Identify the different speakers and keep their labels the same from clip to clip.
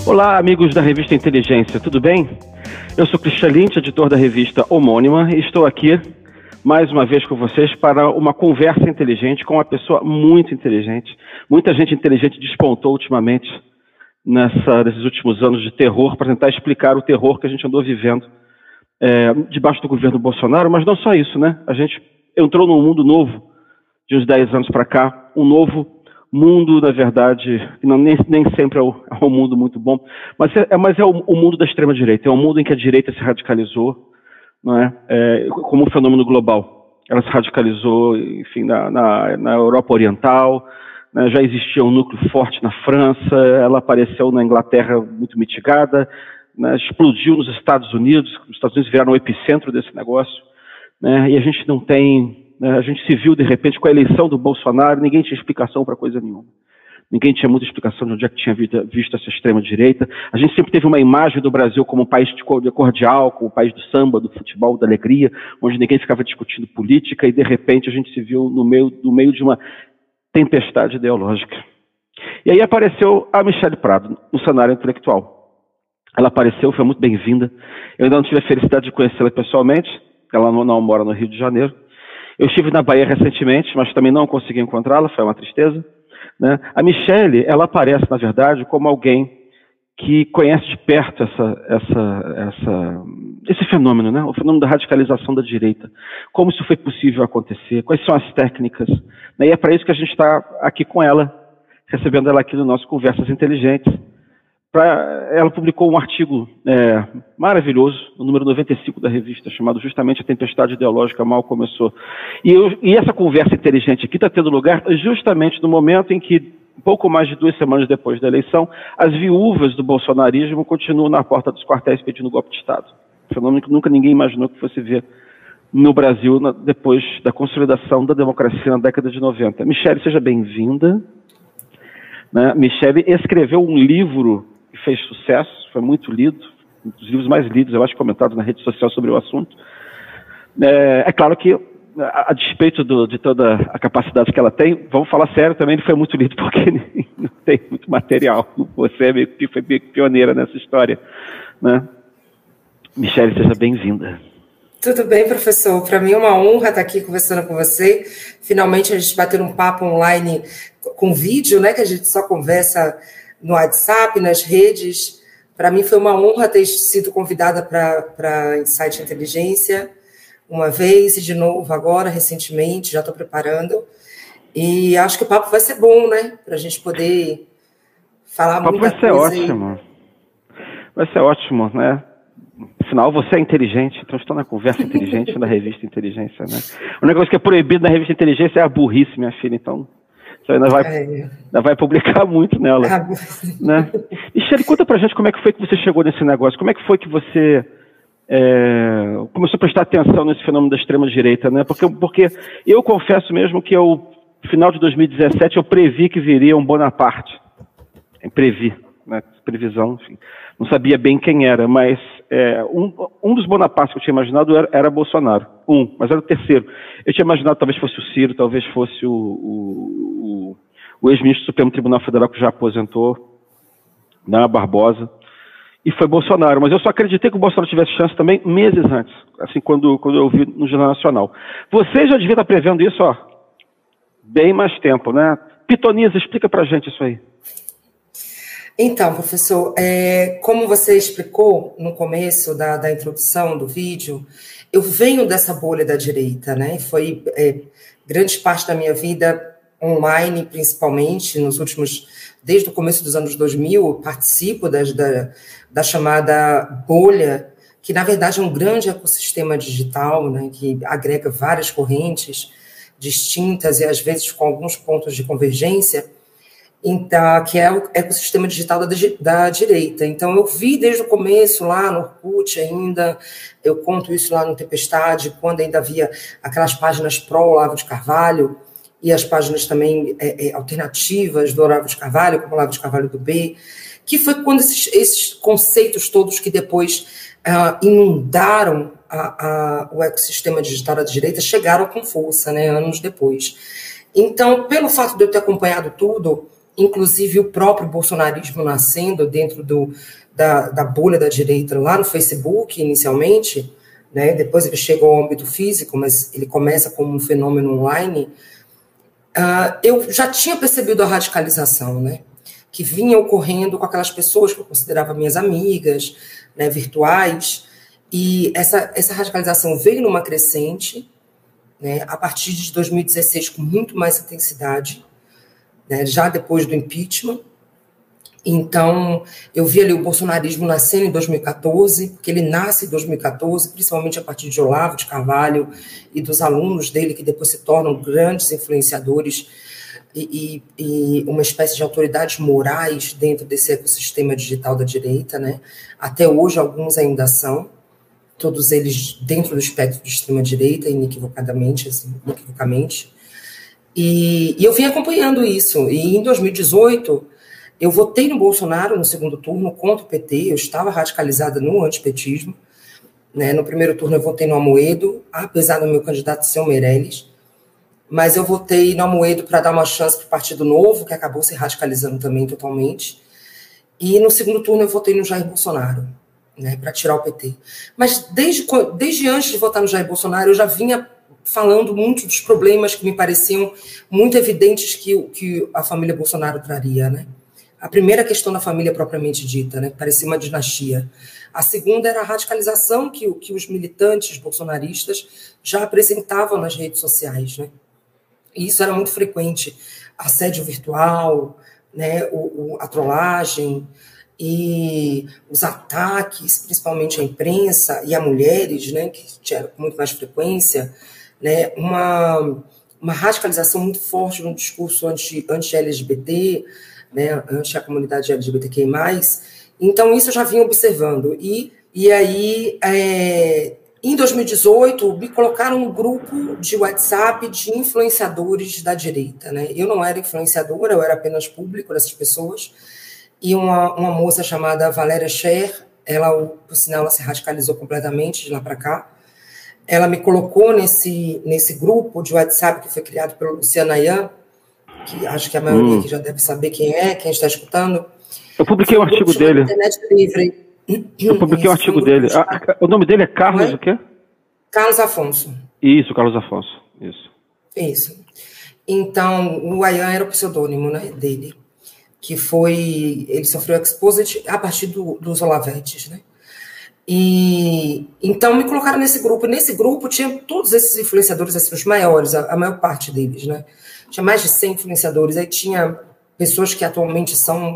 Speaker 1: Olá, amigos da revista Inteligência, tudo bem? Eu sou Christian Lynch, editor da revista homônima, e estou aqui mais uma vez com vocês para uma conversa inteligente com uma pessoa muito inteligente. Muita gente inteligente despontou ultimamente nesses últimos anos de terror para tentar explicar o terror que a gente andou vivendo debaixo do governo Bolsonaro, mas não só isso, né? A gente entrou num mundo novo de uns 10 anos para cá, um novo mundo, na verdade, nem sempre é um mundo muito bom, mas é o mundo da extrema-direita, é um mundo em que a direita se radicalizou, não é? Como um fenômeno global. Ela se radicalizou, enfim, na Europa Oriental, né? Já existia um núcleo forte na França, ela apareceu na Inglaterra muito mitigada, né? Explodiu nos Estados Unidos, os Estados Unidos viraram o epicentro desse negócio, né? E a gente não tem... A gente se viu, de repente, com a eleição do Bolsonaro, ninguém tinha explicação para coisa nenhuma. Ninguém tinha muita explicação de onde é que tinha visto essa extrema-direita. A gente sempre teve uma imagem do Brasil como um país cordial, como um país do samba, do futebol, da alegria, onde ninguém ficava discutindo política, e, de repente, a gente se viu no meio de uma tempestade ideológica. E aí apareceu a Michelle Prado, no cenário intelectual. Ela apareceu, foi muito bem-vinda. Eu ainda não tive a felicidade de conhecê-la pessoalmente, ela não mora no Rio de Janeiro. Eu estive na Bahia recentemente, mas também não consegui encontrá-la, foi uma tristeza, né? A Michelle, ela aparece, na verdade, como alguém que conhece de perto esse fenômeno, né? O fenômeno da radicalização da direita. Como isso foi possível acontecer, quais são as técnicas, né? E é para isso que a gente está aqui com ela, recebendo ela aqui no nosso Conversas Inteligentes. Ela publicou um artigo maravilhoso, no número 95 da revista, chamado justamente A Tempestade Ideológica Mal Começou. E essa conversa inteligente aqui está tendo lugar justamente no momento em que, pouco mais de 2 semanas depois da eleição, as viúvas do bolsonarismo continuam na porta dos quartéis pedindo golpe de Estado. Um fenômeno que nunca ninguém imaginou que fosse ver no Brasil depois da consolidação da democracia na década de 90. Michelle, seja bem-vinda. Né? Michelle escreveu um livro que fez sucesso, foi muito lido, um dos livros mais lidos, eu acho, comentados na rede social sobre o assunto. É claro que, a despeito de toda a capacidade que ela tem, vamos falar sério também, ele foi muito lido porque não tem muito material. Você foi meio pioneira nessa história, né? Michelle, seja bem-vinda.
Speaker 2: Tudo bem, professor? Para mim é uma honra estar aqui conversando com você. Finalmente a gente bater um papo online com vídeo, né? Que a gente só conversa no WhatsApp, nas redes. Para mim foi uma honra ter sido convidada para Insight Inteligência uma vez e de novo agora, recentemente, já estou preparando. E acho que o papo vai ser bom, né? Para a gente poder falar muita coisa.
Speaker 1: Vai ser ótimo. Vai ser ótimo, né? Afinal, você é inteligente, então estou na Conversa Inteligente na revista Inteligência, né? O negócio que é proibido na revista Inteligência é a burrice, minha filha, então você ainda vai publicar muito nela. Né? Michelle, conta pra gente como é que foi que você chegou nesse negócio, como é que foi que você começou a prestar atenção nesse fenômeno da extrema-direita, né? Porque eu confesso mesmo que no final de 2017 eu previ que viria um Bonaparte. Previ, né? Previsão, enfim. Não sabia bem quem era, mas um dos Bonapartes que eu tinha imaginado era Bolsonaro. Mas era o terceiro. Eu tinha imaginado talvez fosse o Ciro, talvez fosse o ex-ministro do Supremo Tribunal Federal que já aposentou, né, Barbosa, e foi Bolsonaro. Mas eu só acreditei que o Bolsonaro tivesse chance também meses antes, assim, quando eu ouvi no Jornal Nacional. Você já devia estar prevendo isso, bem mais tempo, né? Pitonisa, explica pra gente isso aí.
Speaker 2: Então, professor, como você explicou no começo da introdução do vídeo, eu venho dessa bolha da direita, né? Foi grande parte da minha vida online, principalmente, desde o começo dos anos 2000, eu participo da chamada bolha, que na verdade é um grande ecossistema digital, né? Que agrega várias correntes distintas e às vezes com alguns pontos de convergência. Então, que é o ecossistema digital da direita. Então, eu vi desde o começo, lá no Orkut ainda, eu conto isso lá no Tempestade, quando ainda havia aquelas páginas pró-Olavo de Carvalho, e as páginas também alternativas do Olavo de Carvalho, como Olavo de Carvalho do B, que foi quando esses conceitos todos que depois inundaram o ecossistema digital da direita chegaram com força, né, anos depois. Então, pelo fato de eu ter acompanhado tudo, inclusive o próprio bolsonarismo nascendo dentro da bolha da direita, lá no Facebook, inicialmente, né? Depois ele chega ao âmbito físico, mas ele começa como um fenômeno online. Eu já tinha percebido a radicalização, né? Que vinha ocorrendo com aquelas pessoas que eu considerava minhas amigas, né, virtuais, e essa radicalização veio numa crescente, né, a partir de 2016 com muito mais intensidade, né, já depois do impeachment. Então, eu vi ali o bolsonarismo nascendo em 2014, porque ele nasce em 2014, principalmente a partir de Olavo de Carvalho e dos alunos dele, que depois se tornam grandes influenciadores e uma espécie de autoridades morais dentro desse ecossistema digital da direita, né? Até hoje, alguns ainda são, todos eles dentro do espectro de extrema-direita, inequivocadamente, assim, inequivocamente. E eu vim acompanhando isso. E em 2018, eu votei no Bolsonaro no segundo turno contra o PT, eu estava radicalizada no antipetismo. Né? No primeiro turno, eu votei no Amoedo, apesar do meu candidato ser o Meirelles. Mas eu votei no Amoedo para dar uma chance para o Partido Novo, que acabou se radicalizando também totalmente. E no segundo turno eu votei no Jair Bolsonaro, né, para tirar o PT. Mas desde antes de votar no Jair Bolsonaro, eu já vinha falando muito dos problemas que me pareciam muito evidentes que a família Bolsonaro traria. Né? A primeira questão da família propriamente dita, né, que parecia uma dinastia. A segunda era a radicalização que os militantes bolsonaristas já apresentavam nas redes sociais, né? E isso era muito frequente, assédio virtual, né, a trollagem e os ataques, principalmente à imprensa e a mulheres, né, que tinham com muito mais frequência, né, uma radicalização muito forte no discurso anti-LGBT, né, anti a comunidade LGBTQI+. Então, isso eu já vinha observando. E aí... Em 2018, me colocaram no grupo de WhatsApp de influenciadores da direita. Né? Eu não era influenciadora, eu era apenas público dessas pessoas. E uma moça chamada Valéria Scher, por sinal, ela se radicalizou completamente de lá para cá. Ela me colocou nesse grupo de WhatsApp que foi criado pelo Luciano Ayan, que acho que a maioria aqui já deve saber quem está escutando.
Speaker 1: Eu publiquei um artigo dele.
Speaker 2: Internet Livre.
Speaker 1: Eu publiquei um artigo dele. O nome dele é Carlos o quê?
Speaker 2: Carlos Afonso.
Speaker 1: Isso, Carlos Afonso.
Speaker 2: Isso. Então, o Ayan era o pseudônimo, né, dele, que ele sofreu exposed a partir dos Olavetes, né? E então me colocaram nesse grupo. E nesse grupo tinha todos esses influenciadores, assim, os maiores, a maior parte deles, né? Tinha mais de 100 influenciadores. Aí tinha pessoas que atualmente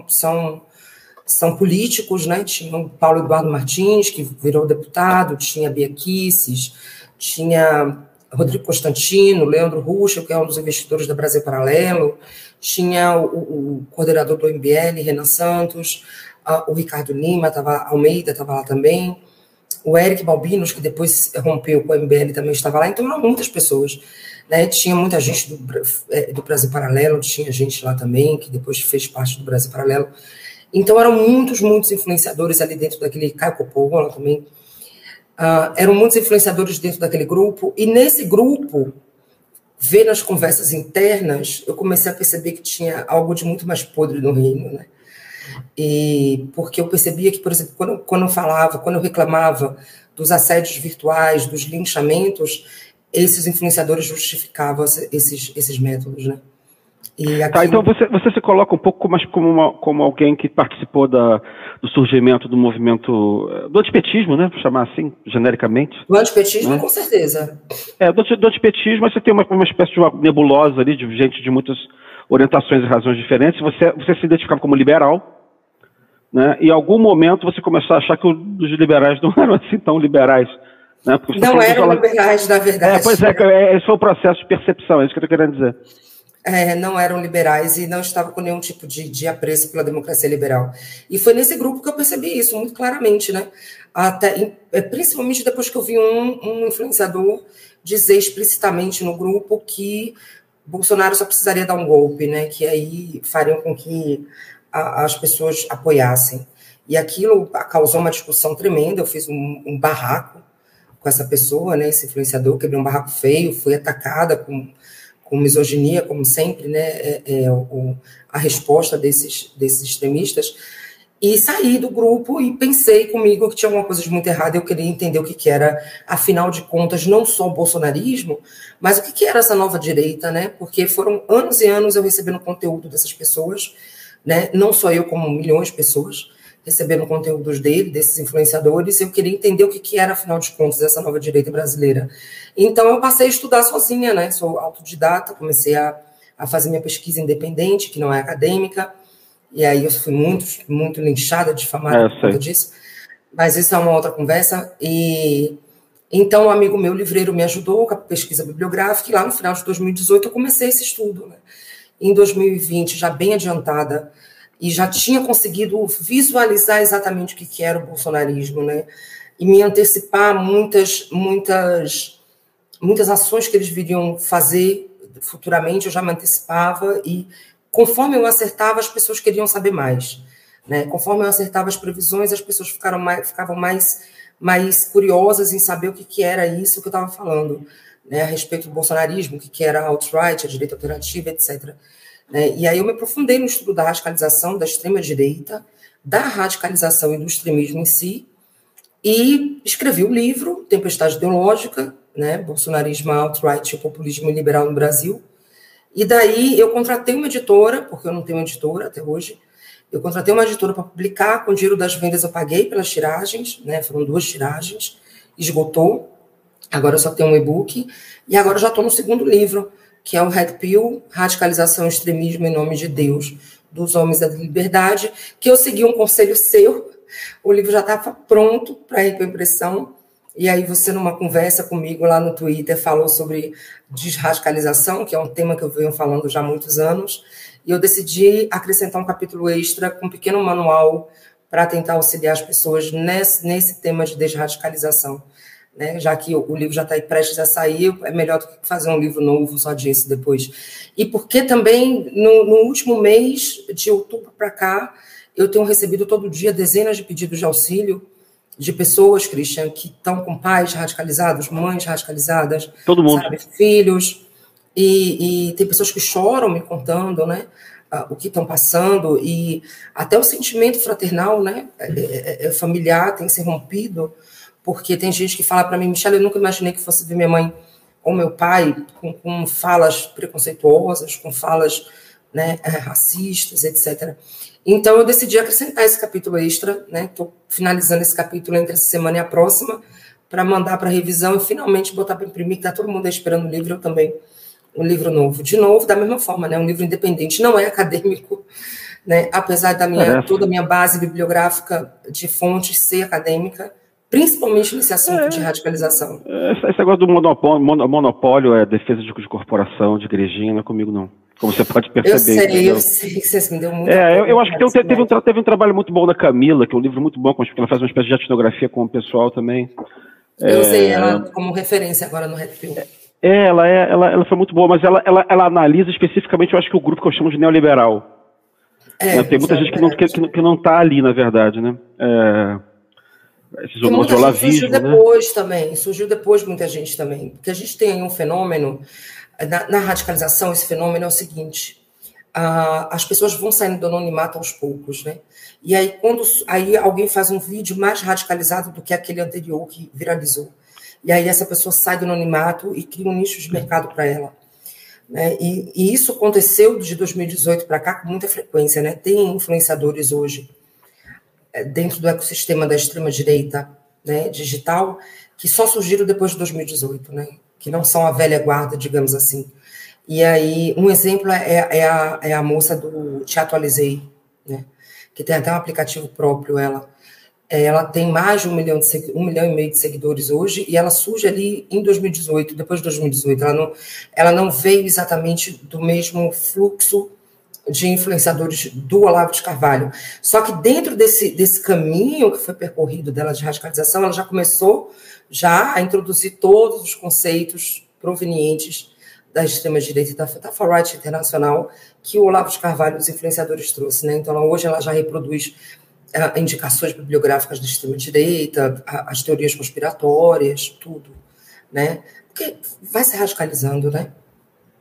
Speaker 2: são políticos, né? Tinha o Paulo Eduardo Martins, que virou deputado, tinha Bia Kicis, tinha Rodrigo Constantino, Leandro Ruschel, que é um dos investidores da Brasil Paralelo, tinha o coordenador do MBL, Renan Santos, o Ricardo Lima, Almeida estava lá também, o Eric Balbinos, que depois rompeu com o MBL, também estava lá. Então eram muitas pessoas. Né? Tinha muita gente do Brasil Paralelo, tinha gente lá também, que depois fez parte do Brasil Paralelo. Então, eram muitos influenciadores ali dentro daquele... Caio Coppola também. Eram muitos influenciadores dentro daquele grupo. E nesse grupo, vendo as conversas internas, eu comecei a perceber que tinha algo de muito mais podre no reino, né? Porque eu percebia que, por exemplo, quando eu reclamava dos assédios virtuais, dos linchamentos, esses influenciadores justificavam esses métodos, né?
Speaker 1: Tá, então você se coloca um pouco mais como alguém que participou do surgimento do movimento do antipetismo, né? Vou chamar assim, genericamente.
Speaker 2: Do antipetismo, né? Com certeza.
Speaker 1: Do antipetismo, mas você tem uma espécie de uma nebulosa ali, de gente de muitas orientações e razões diferentes. Você se identificava como liberal, né? E em algum momento você começou a achar que os liberais não eram assim tão liberais. Né?
Speaker 2: Não eram liberais, na verdade.
Speaker 1: Pois esse foi o processo de percepção, é isso que eu estou querendo dizer.
Speaker 2: Não eram liberais e não estavam com nenhum tipo de apreço pela democracia liberal. E foi nesse grupo que eu percebi isso muito claramente, né? Principalmente depois que eu vi um influenciador dizer explicitamente no grupo que Bolsonaro só precisaria dar um golpe, né? Que aí fariam com que as pessoas apoiassem. E aquilo causou uma discussão tremenda. Eu fiz um barraco com essa pessoa, né? Esse influenciador, quebrei um barraco feio, fui atacada com com misoginia, como sempre, né, a resposta desses extremistas, e saí do grupo e pensei comigo que tinha alguma coisa de muito errada, eu queria entender o que era, afinal de contas, não só o bolsonarismo, mas o que era essa nova direita, né, porque foram anos e anos eu recebendo conteúdo dessas pessoas, né, não só eu, como milhões de pessoas, recebendo conteúdos desses influenciadores, eu queria entender o que era, afinal de contas, essa nova direita brasileira. Então, eu passei a estudar sozinha, né? Sou autodidata, comecei a fazer minha pesquisa independente, que não é acadêmica, e aí eu fui muito linchada, difamada por conta disso, mas isso é uma outra conversa, e então um amigo meu, livreiro, me ajudou com a pesquisa bibliográfica, e lá no final de 2018 eu comecei esse estudo, né? Em 2020, já bem adiantada, e já tinha conseguido visualizar exatamente o que era o bolsonarismo, né? E me antecipar muitas ações que eles viriam fazer futuramente, eu já me antecipava, e conforme eu acertava, as pessoas queriam saber mais, né? Conforme eu acertava as previsões, as pessoas ficavam mais curiosas em saber o que era isso que eu estava falando, né? A respeito do bolsonarismo, o que era a alt-right, a direita alternativa, etc. E aí eu me aprofundei no estudo da radicalização da extrema-direita, da radicalização e do extremismo em si, e escrevi o livro Tempestade Ideológica, né, Bolsonarismo, Alt-Right e o Populismo Liberal no Brasil. E daí eu contratei uma editora, porque eu não tenho editora até hoje, eu contratei uma editora para publicar, com o dinheiro das vendas eu paguei pelas tiragens, né, foram 2 tiragens, esgotou, agora eu só tenho um e-book, e agora eu já estou no segundo livro, que é o Red Pill, Radicalização e Extremismo em Nome de Deus, dos Homens da Liberdade, que eu segui um conselho seu, o livro já estava pronto para ir para impressão, e aí você, numa conversa comigo lá no Twitter, falou sobre desradicalização, que é um tema que eu venho falando já há muitos anos, e eu decidi acrescentar um capítulo extra com um pequeno manual para tentar auxiliar as pessoas nesse tema de desradicalização. Né, já que o livro já está aí prestes a sair, é melhor do que fazer um livro novo só disso depois. E porque também, no último mês, de outubro para cá, eu tenho recebido todo dia dezenas de pedidos de auxílio de pessoas, Christian, que estão com pais radicalizados, mães radicalizadas,
Speaker 1: todo mundo,
Speaker 2: sabe, filhos, e tem pessoas que choram me contando, né, o que estão passando, e até o sentimento fraternal, né, familiar tem se rompido, porque tem gente que fala para mim, Michelle, eu nunca imaginei que fosse ver minha mãe ou meu pai com falas preconceituosas, com falas, né, racistas, etc. Então, eu decidi acrescentar esse capítulo extra, né? Estou finalizando esse capítulo entre essa semana e a próxima, para mandar para revisão e finalmente botar para imprimir, que está todo mundo esperando o livro, eu também, um livro novo. De novo, da mesma forma, né? Um livro independente, não é acadêmico, né? Apesar toda a minha base bibliográfica de fontes ser acadêmica, principalmente nesse assunto de radicalização.
Speaker 1: Esse negócio do monopólio é defesa de corporação, de igrejinha, não é comigo, não. Como você pode perceber.
Speaker 2: Eu sei que você me deu muito.
Speaker 1: Eu acho que teve um trabalho muito bom da Camila, que é um livro muito bom, porque ela faz uma espécie de etnografia com o pessoal também.
Speaker 2: Eu usei ela como referência agora no Red Pill.
Speaker 1: Ela foi muito boa, mas ela analisa especificamente, eu acho que o grupo que eu chamo de neoliberal. Tem muita gente que não está ali, na verdade, né?
Speaker 2: Muita gente surgiu depois, né? Também, surgiu depois muita gente também, porque a gente tem aí um fenômeno, na radicalização, esse fenômeno é o seguinte, as pessoas vão saindo do anonimato aos poucos, né? E aí, aí alguém faz um vídeo mais radicalizado do que aquele anterior que viralizou, e aí essa pessoa sai do anonimato e cria um nicho de mercado para ela. Né? E isso aconteceu de 2018 para cá com muita frequência, né? Tem influenciadores hoje, dentro do ecossistema da extrema-direita, né, digital, que só surgiram depois de 2018, né, que não são a velha guarda, digamos assim. E aí, um exemplo é a moça do Te Atualizei, né, que tem até um aplicativo próprio, ela tem mais de 1 milhão e meio de seguidores hoje, e ela surge ali em 2018, depois de 2018. Ela não veio exatamente do mesmo fluxo de influenciadores do Olavo de Carvalho. Só que dentro desse caminho que foi percorrido dela de radicalização, ela já começou a introduzir todos os conceitos provenientes da extrema-direita e da far-right internacional que o Olavo de Carvalho e os influenciadores trouxe. Né? Então, hoje ela já reproduz indicações bibliográficas da extrema-direita, as teorias conspiratórias, tudo. Né? Porque vai se radicalizando, né?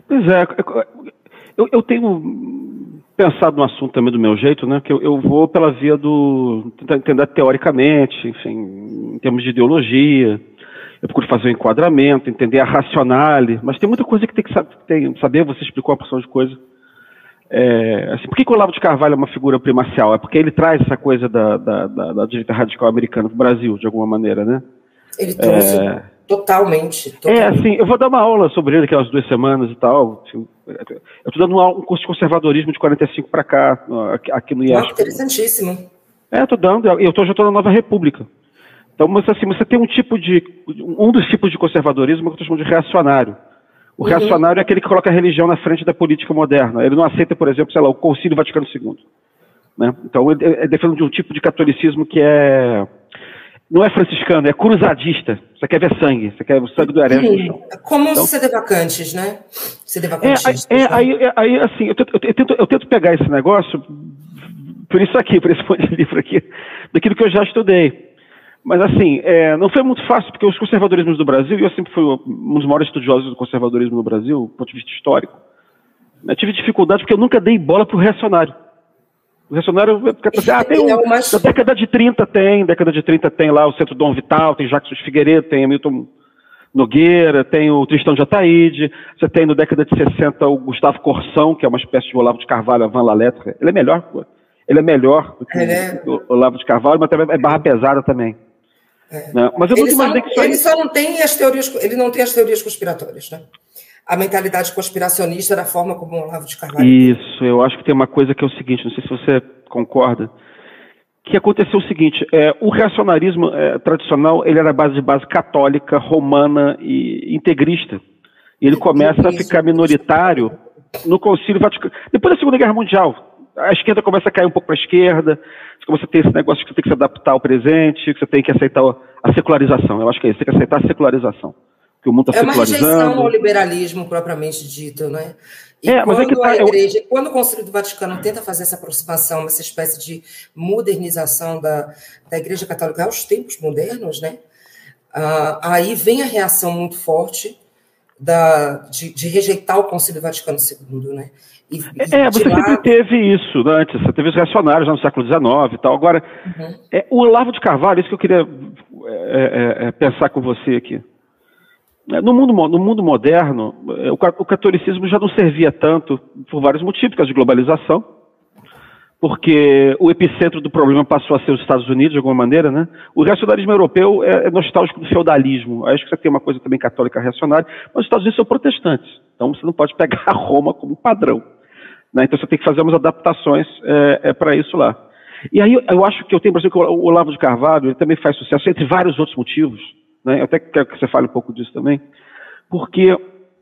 Speaker 1: Pois é, eu tenho pensado no assunto também do meu jeito, né? Que eu vou pela via do tentar entender teoricamente, enfim, em termos de ideologia. Eu procuro fazer um enquadramento, entender a racionale, mas tem muita coisa que tem que saber, você explicou uma porção de coisa. Assim, por que o Olavo de Carvalho é uma figura primacial? É porque ele traz essa coisa da direita radical americana para o Brasil, de alguma maneira, né?
Speaker 2: Ele trouxe totalmente.
Speaker 1: Assim, eu vou dar uma aula sobre ele aquelas 2 semanas e tal. Eu estou dando um curso de conservadorismo de 45 para cá, aqui no IESP.
Speaker 2: Interessantíssimo.
Speaker 1: Estou já estou na Nova República. Então, mas, assim, você tem um dos tipos de conservadorismo que eu chamo de reacionário. O reacionário é aquele que coloca a religião na frente da política moderna. Ele não aceita, por exemplo, sei lá, o Concílio Vaticano II. Né? Então, ele defende de um tipo de catolicismo que não é franciscano, é cruzadista. Você quer ver sangue, você quer o sangue do herege no chão.
Speaker 2: Como os sedevacantes, né?
Speaker 1: Aí, assim, eu tento pegar esse negócio por isso aqui, por esse monte de livro aqui, daquilo que eu já estudei. Mas, assim, não foi muito fácil, porque os conservadorismos do Brasil, e eu sempre fui um dos maiores estudiosos do conservadorismo no Brasil, do ponto de vista histórico, eu tive dificuldade porque eu nunca dei bola para o reacionário. O reacionário fica assim, na década de 30 tem lá o Centro Dom Vital, tem Jacques Figueiredo, tem Hamilton Nogueira, tem o Tristão de Ataíde, você tem na década de 60 o Gustavo Corsão, que é uma espécie de Olavo de Carvalho, Van La Lettre. Ele é melhor do que o Olavo de Carvalho, mas também é barra pesada também. Né? Mas eu nunca imaginei que
Speaker 2: ele só não tem as teorias, ele não tem as teorias conspiratórias, né? A mentalidade conspiracionista da forma como o Olavo de Carvalho.
Speaker 1: Isso, eu acho que tem uma coisa que é o seguinte, não sei se você concorda, que aconteceu o seguinte, o reacionarismo tradicional, ele era base católica, romana e integrista. E ele começa a ficar minoritário no Concílio Vaticano. Depois da Segunda Guerra Mundial, a esquerda começa a cair um pouco para a esquerda, você começa a ter esse negócio que você tem que se adaptar ao presente, que você tem que aceitar a secularização. Eu acho que é isso, você tem que aceitar a secularização. Que o mundo está secularizando.
Speaker 2: É uma rejeição ao liberalismo propriamente dito, né? Quando o Concílio do Vaticano tenta fazer essa aproximação, essa espécie de modernização da Igreja Católica aos tempos modernos, né? Aí vem a reação muito forte de rejeitar o Concílio Vaticano II, né?
Speaker 1: Você sempre teve isso, né, antes. Você teve os reacionários no século XIX e tal. Agora, o Olavo de Carvalho, isso que eu queria pensar com você aqui. No mundo moderno, o catolicismo já não servia tanto por vários motivos, por causa de globalização, porque o epicentro do problema passou a ser os Estados Unidos, de alguma maneira, né? O reacionarismo europeu é nostálgico do feudalismo. Acho que você tem uma coisa também católica reacionária, mas os Estados Unidos são protestantes, então você não pode pegar a Roma como padrão. Né? Então você tem que fazer umas adaptações para isso lá. E aí eu acho que eu tenho, por exemplo, que o Olavo de Carvalho ele também faz sucesso, entre vários outros motivos, né? Eu até quero que você fale um pouco disso também, porque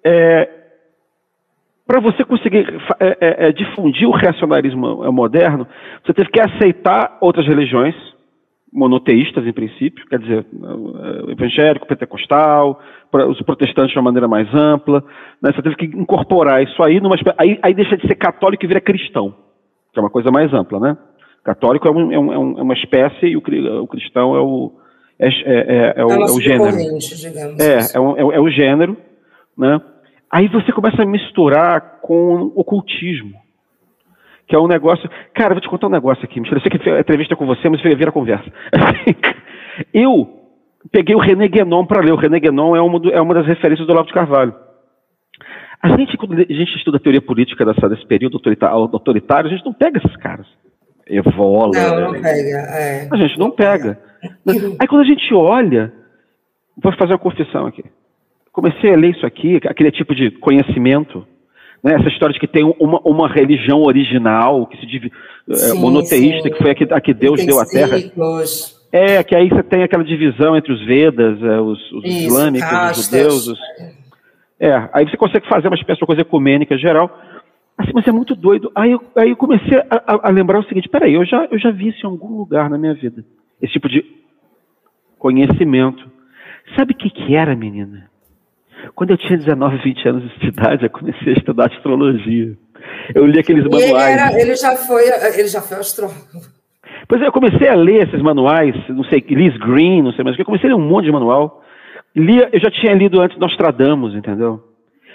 Speaker 1: para você conseguir difundir o reacionarismo moderno, você teve que aceitar outras religiões, monoteístas em princípio, quer dizer, evangélico, pentecostal, os protestantes de uma maneira mais ampla, né? Você teve que incorporar isso aí, aí deixa de ser católico e vira cristão, que é uma coisa mais ampla, né? Católico é uma espécie e o cristão é o gênero. É o gênero, né? Aí você começa a misturar com ocultismo, que é um negócio... Cara, eu vou te contar um negócio aqui, Michel. Eu sei que a entrevista com você, mas vira a conversa. Eu peguei o René Guénon para ler. O René Guénon é uma das referências do Olavo de Carvalho. Quando a gente estuda a teoria política desse período autoritário, a gente não pega esses caras. Evola.
Speaker 2: Não pega.
Speaker 1: A gente não pega. Aí quando a gente olha... Vou fazer uma confissão aqui. Comecei a ler isso aqui, aquele tipo de conhecimento, né? Essa história de que tem uma religião original, que se divide, monoteísta, que foi a que Deus deu à Terra. Que aí você tem aquela divisão entre os Vedas, os islâmicos, os judeus. Aí você consegue fazer uma espécie de coisa ecumênica geral. Assim, mas é muito doido. Aí eu comecei a lembrar o seguinte, peraí, eu já vi isso em algum lugar na minha vida. Esse tipo de conhecimento. Sabe o que era, menina? Quando eu tinha 19, 20 anos de idade, eu comecei a estudar astrologia. Eu li aqueles manuais.
Speaker 2: Ele já foi astrólogo.
Speaker 1: Pois é, eu comecei a ler esses manuais, não sei, Liz Green, não sei mais o que. Eu comecei a ler um monte de manual. Eu já tinha lido antes Nostradamus, entendeu?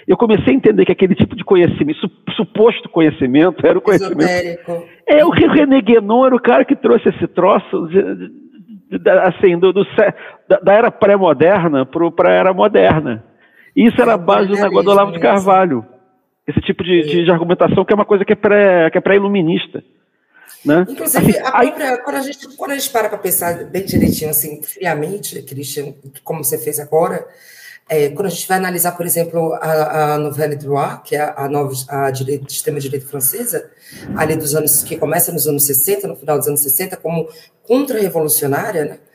Speaker 1: Eu comecei a entender que aquele tipo de conhecimento, suposto conhecimento, era o conhecimento.
Speaker 2: Esotérico.
Speaker 1: O René Guénon era o cara que trouxe esse troço assim, da era pré-moderna para a era moderna. E isso era a base do negócio do Olavo de Carvalho. Esse tipo de argumentação que é uma coisa que é pré-iluminista. Né?
Speaker 2: Inclusive, quando a gente para pensar bem direitinho, assim, friamente, Christian, como você fez agora, quando a gente vai analisar, por exemplo, a Nouvelle Droit, que é a extrema-direita francesa, ali dos anos, que começa nos anos 60, no final dos anos 60, como contra-revolucionária, né?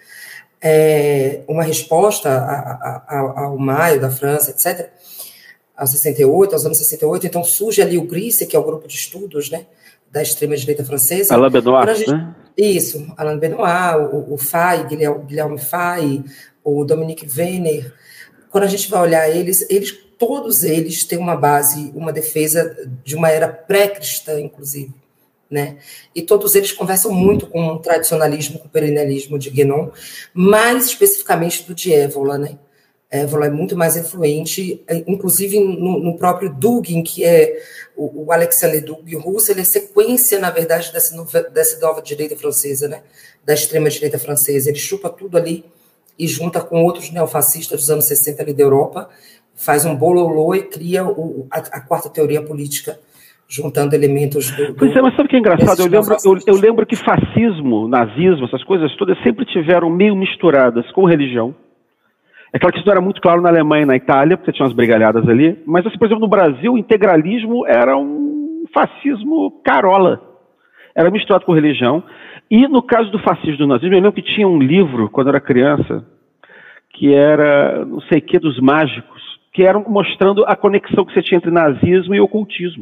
Speaker 2: Uma resposta ao Maio da França, etc., aos anos 68, então surge ali o GRICE, que é o grupo de estudos, né, da extrema-direita francesa.
Speaker 1: Alain Benoist, né?
Speaker 2: Isso, Alain Benoist, o Fay, Guilherme Fay, o Dominique Venner. Quando a gente vai olhar todos eles têm uma base, uma defesa de uma era pré-cristã, inclusive, né? E todos eles conversam muito com o tradicionalismo, com o perennialismo de Guénon, mais especificamente do de Évola, né? Évola é muito mais influente, inclusive no próprio Dugin, que é o Alexandre Dugin russo, ele é sequência, na verdade, dessa nova direita francesa, né? Da extrema-direita francesa. Ele chupa tudo ali e junta com outros neofascistas dos anos 60 ali da Europa, faz um bololô e cria a quarta teoria política, juntando elementos
Speaker 1: Pois é, mas sabe o que é engraçado? Eu lembro que fascismo, nazismo, essas coisas todas sempre tiveram meio misturadas com religião. É claro que isso não era muito claro na Alemanha e na Itália, porque tinha umas brigalhadas ali, mas, assim, por exemplo, no Brasil, o integralismo era um fascismo carola. Era misturado com religião. E no caso do fascismo e do nazismo, eu lembro que tinha um livro, quando eu era criança, que era, não sei o que, dos mágicos, que eram mostrando a conexão que você tinha entre nazismo e ocultismo.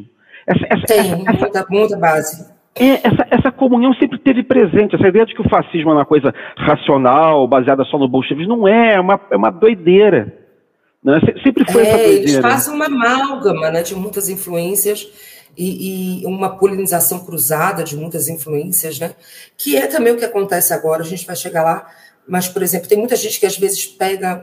Speaker 2: Muita base.
Speaker 1: Essa comunhão sempre esteve presente. Essa ideia de que o fascismo é uma coisa racional, baseada só no bolchevismo, não é uma doideira. Né? Sempre foi essa doideira.
Speaker 2: Eles fazem uma amálgama, né, de muitas influências e uma polinização cruzada de muitas influências, né, que é também o que acontece agora. A gente vai chegar lá, mas, por exemplo, tem muita gente que às vezes pega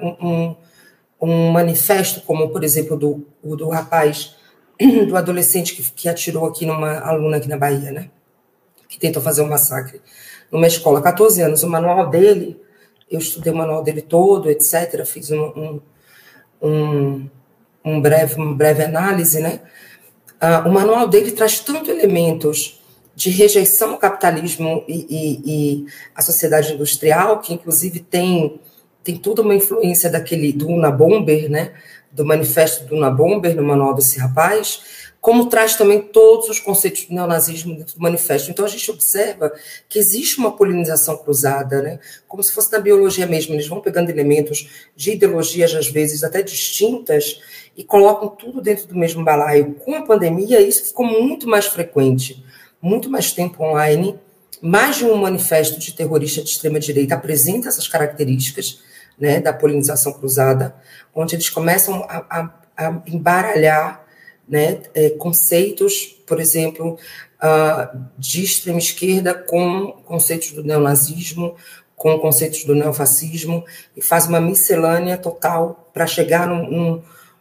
Speaker 2: um manifesto, como, por exemplo, do rapaz, do adolescente que atirou aqui numa aluna aqui na Bahia, né? Que tentou fazer um massacre numa escola, 14 anos. O manual dele, eu estudei o manual dele todo, etc. Fiz uma breve análise, né? O manual dele traz tanto elementos de rejeição ao capitalismo e à sociedade industrial, que inclusive tem toda uma influência do Unabomber, né? Do manifesto do Unabomber, no manual desse rapaz, como traz também todos os conceitos do neonazismo dentro do manifesto. Então, a gente observa que existe uma polinização cruzada, né? Como se fosse na biologia mesmo. Eles vão pegando elementos de ideologias, às vezes, até distintas, e colocam tudo dentro do mesmo balaio. Com a pandemia, isso ficou muito mais frequente, muito mais tempo online. Mais de um manifesto de terrorista de extrema-direita apresenta essas características, né, da polinização cruzada, onde eles começam a embaralhar, né, conceitos, por exemplo, de extrema esquerda com conceitos do neonazismo, com conceitos do neofascismo, e faz uma miscelânea total para chegar no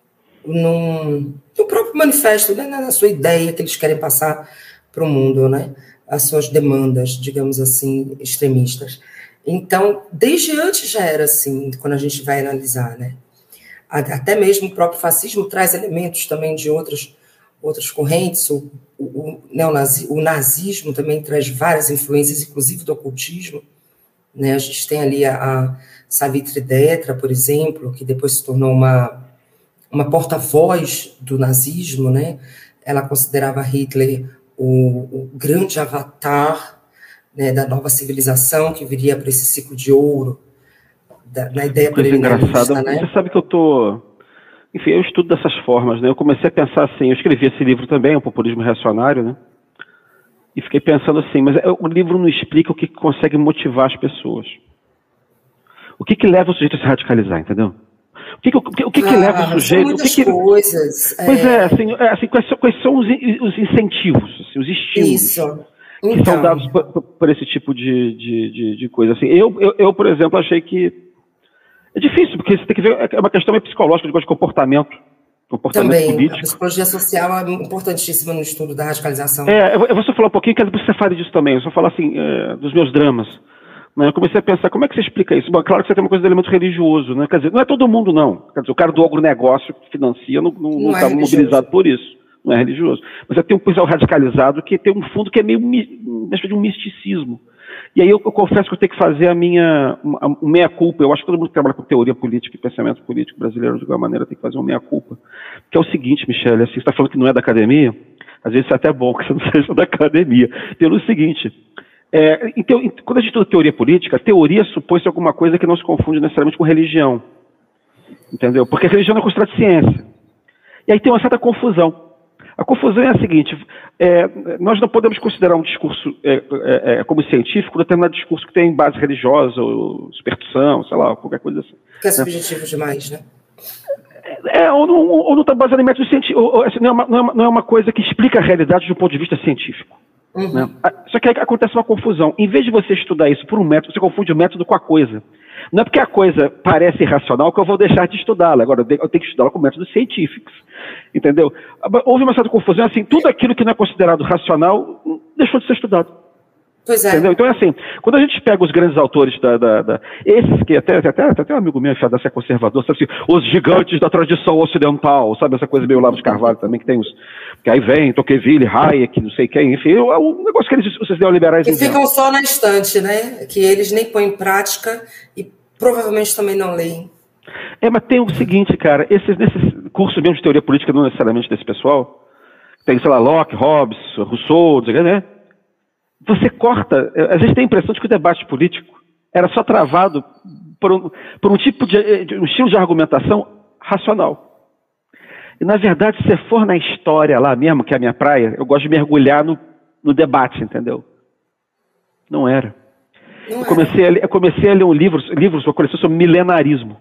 Speaker 2: próprio manifesto, né, na sua ideia que eles querem passar para o mundo, né, as suas demandas, digamos assim, extremistas. Então, desde antes já era assim, quando a gente vai analisar, né? Até mesmo o próprio fascismo traz elementos também de outras correntes, o nazismo também traz várias influências, inclusive do ocultismo, né? A gente tem ali a Savitri Detra, por exemplo, que depois se tornou uma porta-voz do nazismo, né? Ela considerava Hitler o grande avatar, né, da nova civilização que viria para esse ciclo de ouro, na ideia
Speaker 1: perennialista,
Speaker 2: né?
Speaker 1: Você sabe que enfim, eu estudo dessas formas, né? Eu comecei a pensar assim, eu escrevi esse livro também, O Populismo Reacionário, né? E fiquei pensando assim, mas o livro não explica o que consegue motivar as pessoas. O que leva o sujeito a se radicalizar, entendeu? O que leva o sujeito...
Speaker 2: São muitas coisas.
Speaker 1: Pois assim, quais são os incentivos, assim, os estímulos?
Speaker 2: Isso.
Speaker 1: Que são dados por esse tipo de coisa. Assim, eu, por exemplo, achei que é difícil, porque você tem que ver, é uma questão meio psicológica, de comportamento. comportamento
Speaker 2: Também,
Speaker 1: político.
Speaker 2: a psicologia social é importantíssima no estudo da radicalização.
Speaker 1: Eu vou só falar um pouquinho, quero que você fale disso também. Eu só falar assim, dos meus dramas. Né? Eu comecei a pensar, como é que você explica isso? Bom, claro que você tem uma coisa do elemento religioso, né? Quer dizer, não é todo mundo, não. Quer dizer, o cara do agronegócio que financia não está mobilizado por isso. Não é religioso. Mas tem um pessoal radicalizado que tem um fundo que é meio uma espécie de um misticismo. E aí eu confesso que eu tenho que fazer a meia-culpa. Eu acho que todo mundo que trabalha com teoria política e pensamento político brasileiro, de alguma maneira, tem que fazer uma meia-culpa. Que é o seguinte, Michele, assim, você está falando que não é da academia, às vezes é até bom que você não seja da academia. Pelo seguinte, então, quando a gente estuda teoria política, a teoria supõe-se alguma coisa que não se confunde necessariamente com religião. Entendeu? Porque a religião não é considerada ciência. E aí tem uma certa confusão. A confusão é a seguinte, nós não podemos considerar um discurso como científico, determinado discurso que tem base religiosa, ou superstição, sei lá, qualquer coisa assim.
Speaker 2: Que é subjetivo demais, né?
Speaker 1: Ou não está baseado em método científico, assim, não é uma coisa que explica a realidade do ponto de vista científico.
Speaker 2: Uhum.
Speaker 1: Né? Só que aí acontece uma confusão. Em vez de você estudar isso por um método, você confunde o método com a coisa. Não é porque a coisa parece irracional que eu vou deixar de estudá-la. Agora, eu tenho que estudá-la com métodos científicos. Entendeu? Houve uma certa confusão, assim, tudo aquilo que não é considerado racional deixou de ser estudado.
Speaker 2: Pois é.
Speaker 1: Entendeu? Então é assim, quando a gente pega os grandes autores esses que até um amigo meu achado é conservador, sabe assim, os gigantes da tradição ocidental, sabe, essa coisa meio Olavo de Carvalho também, que tem os, que aí vem Tocqueville, Hayek, não sei quem, enfim, o negócio que esses neoliberais
Speaker 2: que ficam só na estante, né, que eles nem põem em prática e provavelmente também não leem.
Speaker 1: Mas tem o seguinte, cara, nesses cursos mesmo de teoria política, não necessariamente desse pessoal, tem, sei lá, Locke, Hobbes, Rousseau, né? Você corta, a gente tem a impressão de que o debate político era só travado por um tipo um estilo de argumentação racional. E, na verdade, se você for na história lá mesmo, que é a minha praia, eu gosto de mergulhar no debate, entendeu? Não era. Eu comecei a ler livros, uma coleção sobre milenarismo.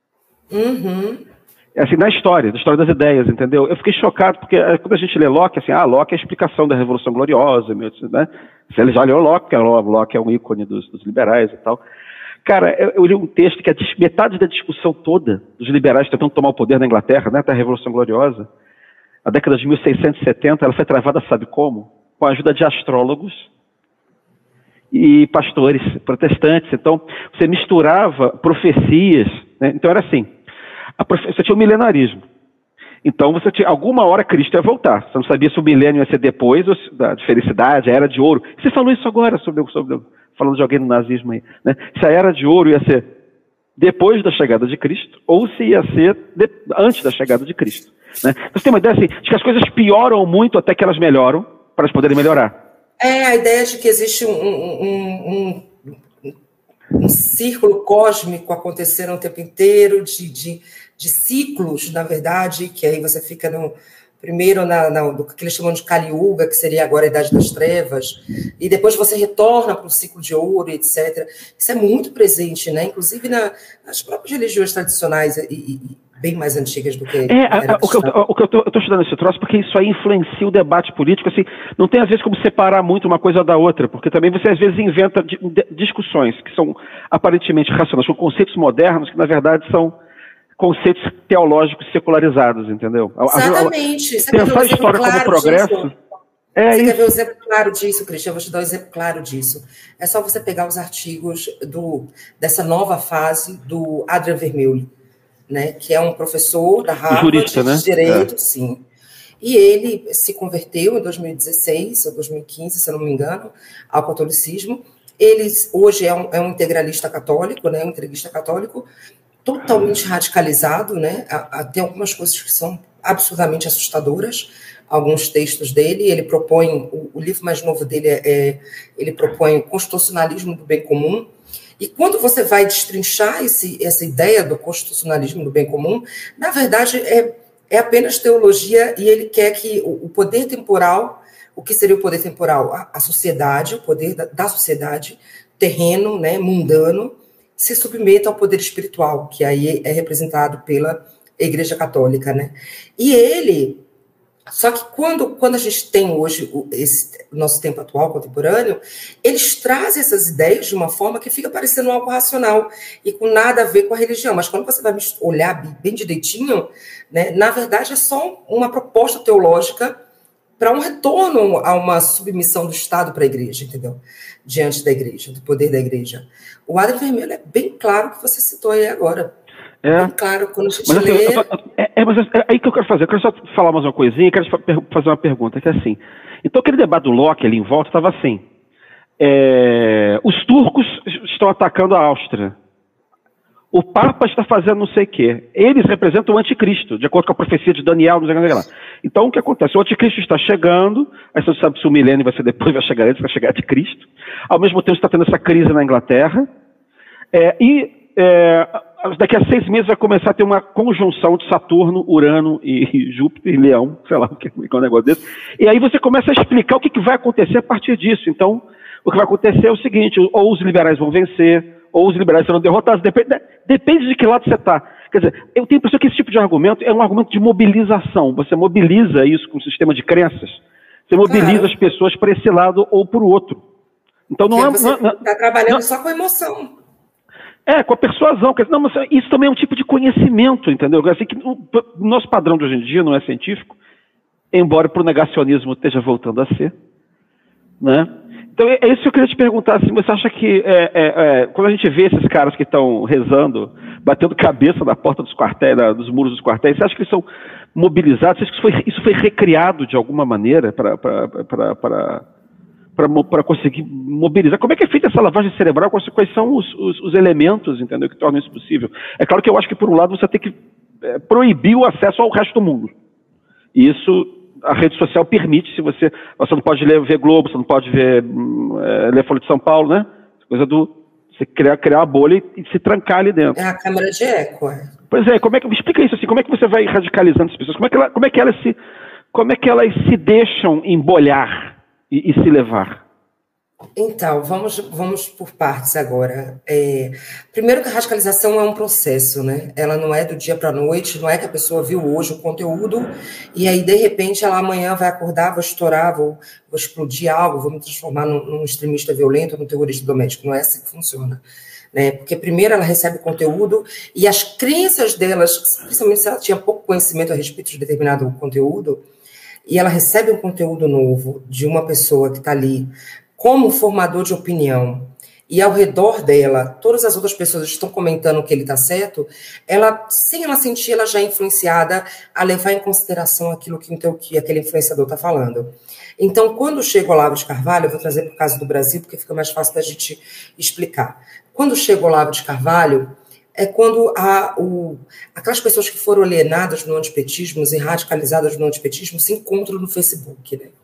Speaker 2: Uhum.
Speaker 1: Assim, da história das ideias, entendeu? Eu fiquei chocado, porque quando a gente lê Locke, assim, Locke é a explicação da Revolução Gloriosa, né? Você já leu Locke, porque Locke é um ícone dos liberais e tal. Cara, eu li um texto que metade da discussão toda dos liberais tentando tomar o poder na Inglaterra, né, até a Revolução Gloriosa, a década de 1670, ela foi travada, sabe como? Com a ajuda de astrólogos e pastores protestantes. Então, você misturava profecias, né? Então era assim, você tinha o milenarismo. Então, você tinha, alguma hora Cristo ia voltar. Você não sabia se o milênio ia ser depois de felicidade, a era de ouro. Você falou isso agora, falando de alguém no nazismo aí. Né? Se a era de ouro ia ser depois da chegada de Cristo, ou se ia ser antes da chegada de Cristo. Né? Então, você tem uma ideia assim, de que as coisas pioram muito até que elas melhoram, para elas poderem melhorar.
Speaker 2: A ideia de que existe um círculo cósmico acontecendo o tempo inteiro, de ciclos, na verdade, que aí você fica primeiro do que eles chamam de Kali Yuga, que seria agora a Idade das Trevas, e depois você retorna para o ciclo de ouro, etc. Isso é muito presente, né? Inclusive nas próprias religiões tradicionais e bem mais antigas do que...
Speaker 1: O que eu estou estudando esse troço, porque isso aí influencia o debate político, assim, não tem às vezes como separar muito uma coisa da outra, porque também você às vezes inventa discussões que são aparentemente racionais, são conceitos modernos que na verdade são conceitos teológicos secularizados, entendeu?
Speaker 2: Exatamente.
Speaker 1: Pensar a história como progresso...
Speaker 2: Você quer ver um exemplo claro disso, Cristian? Eu vou te dar um exemplo claro disso. É só você pegar os artigos dessa nova fase do Adrian Vermeulen, né, que é um professor da Harvard,
Speaker 1: jurista, né?
Speaker 2: De Direito, sim. E ele se converteu em 2016 ou 2015, se eu não me engano, ao catolicismo. Ele hoje é um integralista católico, né, um integrista católico, totalmente radicalizado, né? Tem algumas coisas que são absurdamente assustadoras, alguns textos dele. Ele propõe, o livro mais novo dele ele propõe o constitucionalismo do bem comum. E quando você vai destrinchar essa ideia do constitucionalismo do bem comum, na verdade é apenas teologia, e ele quer que o poder temporal, o que seria o poder temporal? A sociedade, o poder da sociedade, terreno, né, mundano, se submeta ao poder espiritual, que aí é representado pela Igreja Católica, né? E ele Só que quando a gente tem hoje esse nosso tempo atual, contemporâneo, eles trazem essas ideias de uma forma que fica parecendo algo racional e com nada a ver com a religião. Mas quando você vai olhar bem direitinho, né, na verdade é só uma proposta teológica para um retorno a uma submissão do Estado para a igreja, entendeu? Diante da igreja, do poder da igreja. O Adro Vermelho é bem claro que você citou aí agora. Bem claro, quando a gente lê...
Speaker 1: Mas é aí que eu quero fazer. Eu quero só falar mais uma coisinha, quero fazer uma pergunta, que é assim. Então, aquele debate do Locke ali em volta estava assim. Os turcos estão atacando a Áustria. O Papa está fazendo não sei o quê. Eles representam o anticristo, de acordo com a profecia de Daniel, não sei o que lá. Então, o que acontece? O anticristo está chegando, aí você não sabe se o milênio vai ser depois, vai chegar antes, vai chegar anticristo. Ao mesmo tempo, está tendo essa crise na Inglaterra. Daqui a 6 meses vai começar a ter uma conjunção de Saturno, Urano e Júpiter e Leão, sei lá o que é um negócio desse. E aí você começa a explicar o que vai acontecer a partir disso. Então, o que vai acontecer é o seguinte, ou os liberais vão vencer, ou os liberais serão derrotados, depende de que lado você está. Quer dizer, eu tenho a impressão que esse tipo de argumento é um argumento de mobilização. Você mobiliza isso com um sistema de crenças, você mobiliza as pessoas para esse lado ou para o outro. Então não
Speaker 2: você está trabalhando só com emoção.
Speaker 1: Com a persuasão. Não, mas isso também é um tipo de conhecimento, entendeu? Assim, que o nosso padrão de hoje em dia não é científico, embora para o negacionismo esteja voltando a ser. Né? Então, é isso que eu queria te perguntar. Assim, você acha que, quando a gente vê esses caras que estão rezando, batendo cabeça na porta dos quartéis, dos muros dos quartéis, você acha que eles são mobilizados? Você acha que isso foi recriado de alguma maneira para conseguir mobilizar? Como é que é feita essa lavagem cerebral? Quais são os elementos, entendeu, que tornam isso possível? É claro que eu acho que, por um lado, você tem que proibir o acesso ao resto do mundo. E isso a rede social permite. Se você não pode ver Globo, você não pode ler Folha de São Paulo, né? Coisa você criar uma bolha e se trancar ali dentro.
Speaker 2: É a câmara de eco.
Speaker 1: Pois é, me explica isso assim, como é que você vai radicalizando as pessoas? Como é que elas se deixam embolhar e se levar?
Speaker 2: Então, vamos por partes agora. Primeiro que a radicalização é um processo, né? Ela não é do dia para a noite, não é que a pessoa viu hoje o conteúdo e aí, de repente, ela amanhã vai acordar, vou estourar, vou explodir algo, vou me transformar num extremista violento, num terrorista doméstico. Não é assim que funciona. Né? Porque primeiro ela recebe o conteúdo e as crenças delas, principalmente se ela tinha pouco conhecimento a respeito de determinado conteúdo, e ela recebe um conteúdo novo de uma pessoa que está ali como formador de opinião, e ao redor dela, todas as outras pessoas estão comentando que ele está certo, sem ela sentir, ela já é influenciada a levar em consideração aquilo que aquele influenciador está falando. Então, quando chega o Olavo de Carvalho, eu vou trazer para o caso do Brasil, porque fica mais fácil da gente explicar. Quando chega o Olavo de Carvalho, é quando aquelas pessoas que foram alienadas no antipetismo e radicalizadas no antipetismo se encontram no Facebook, né?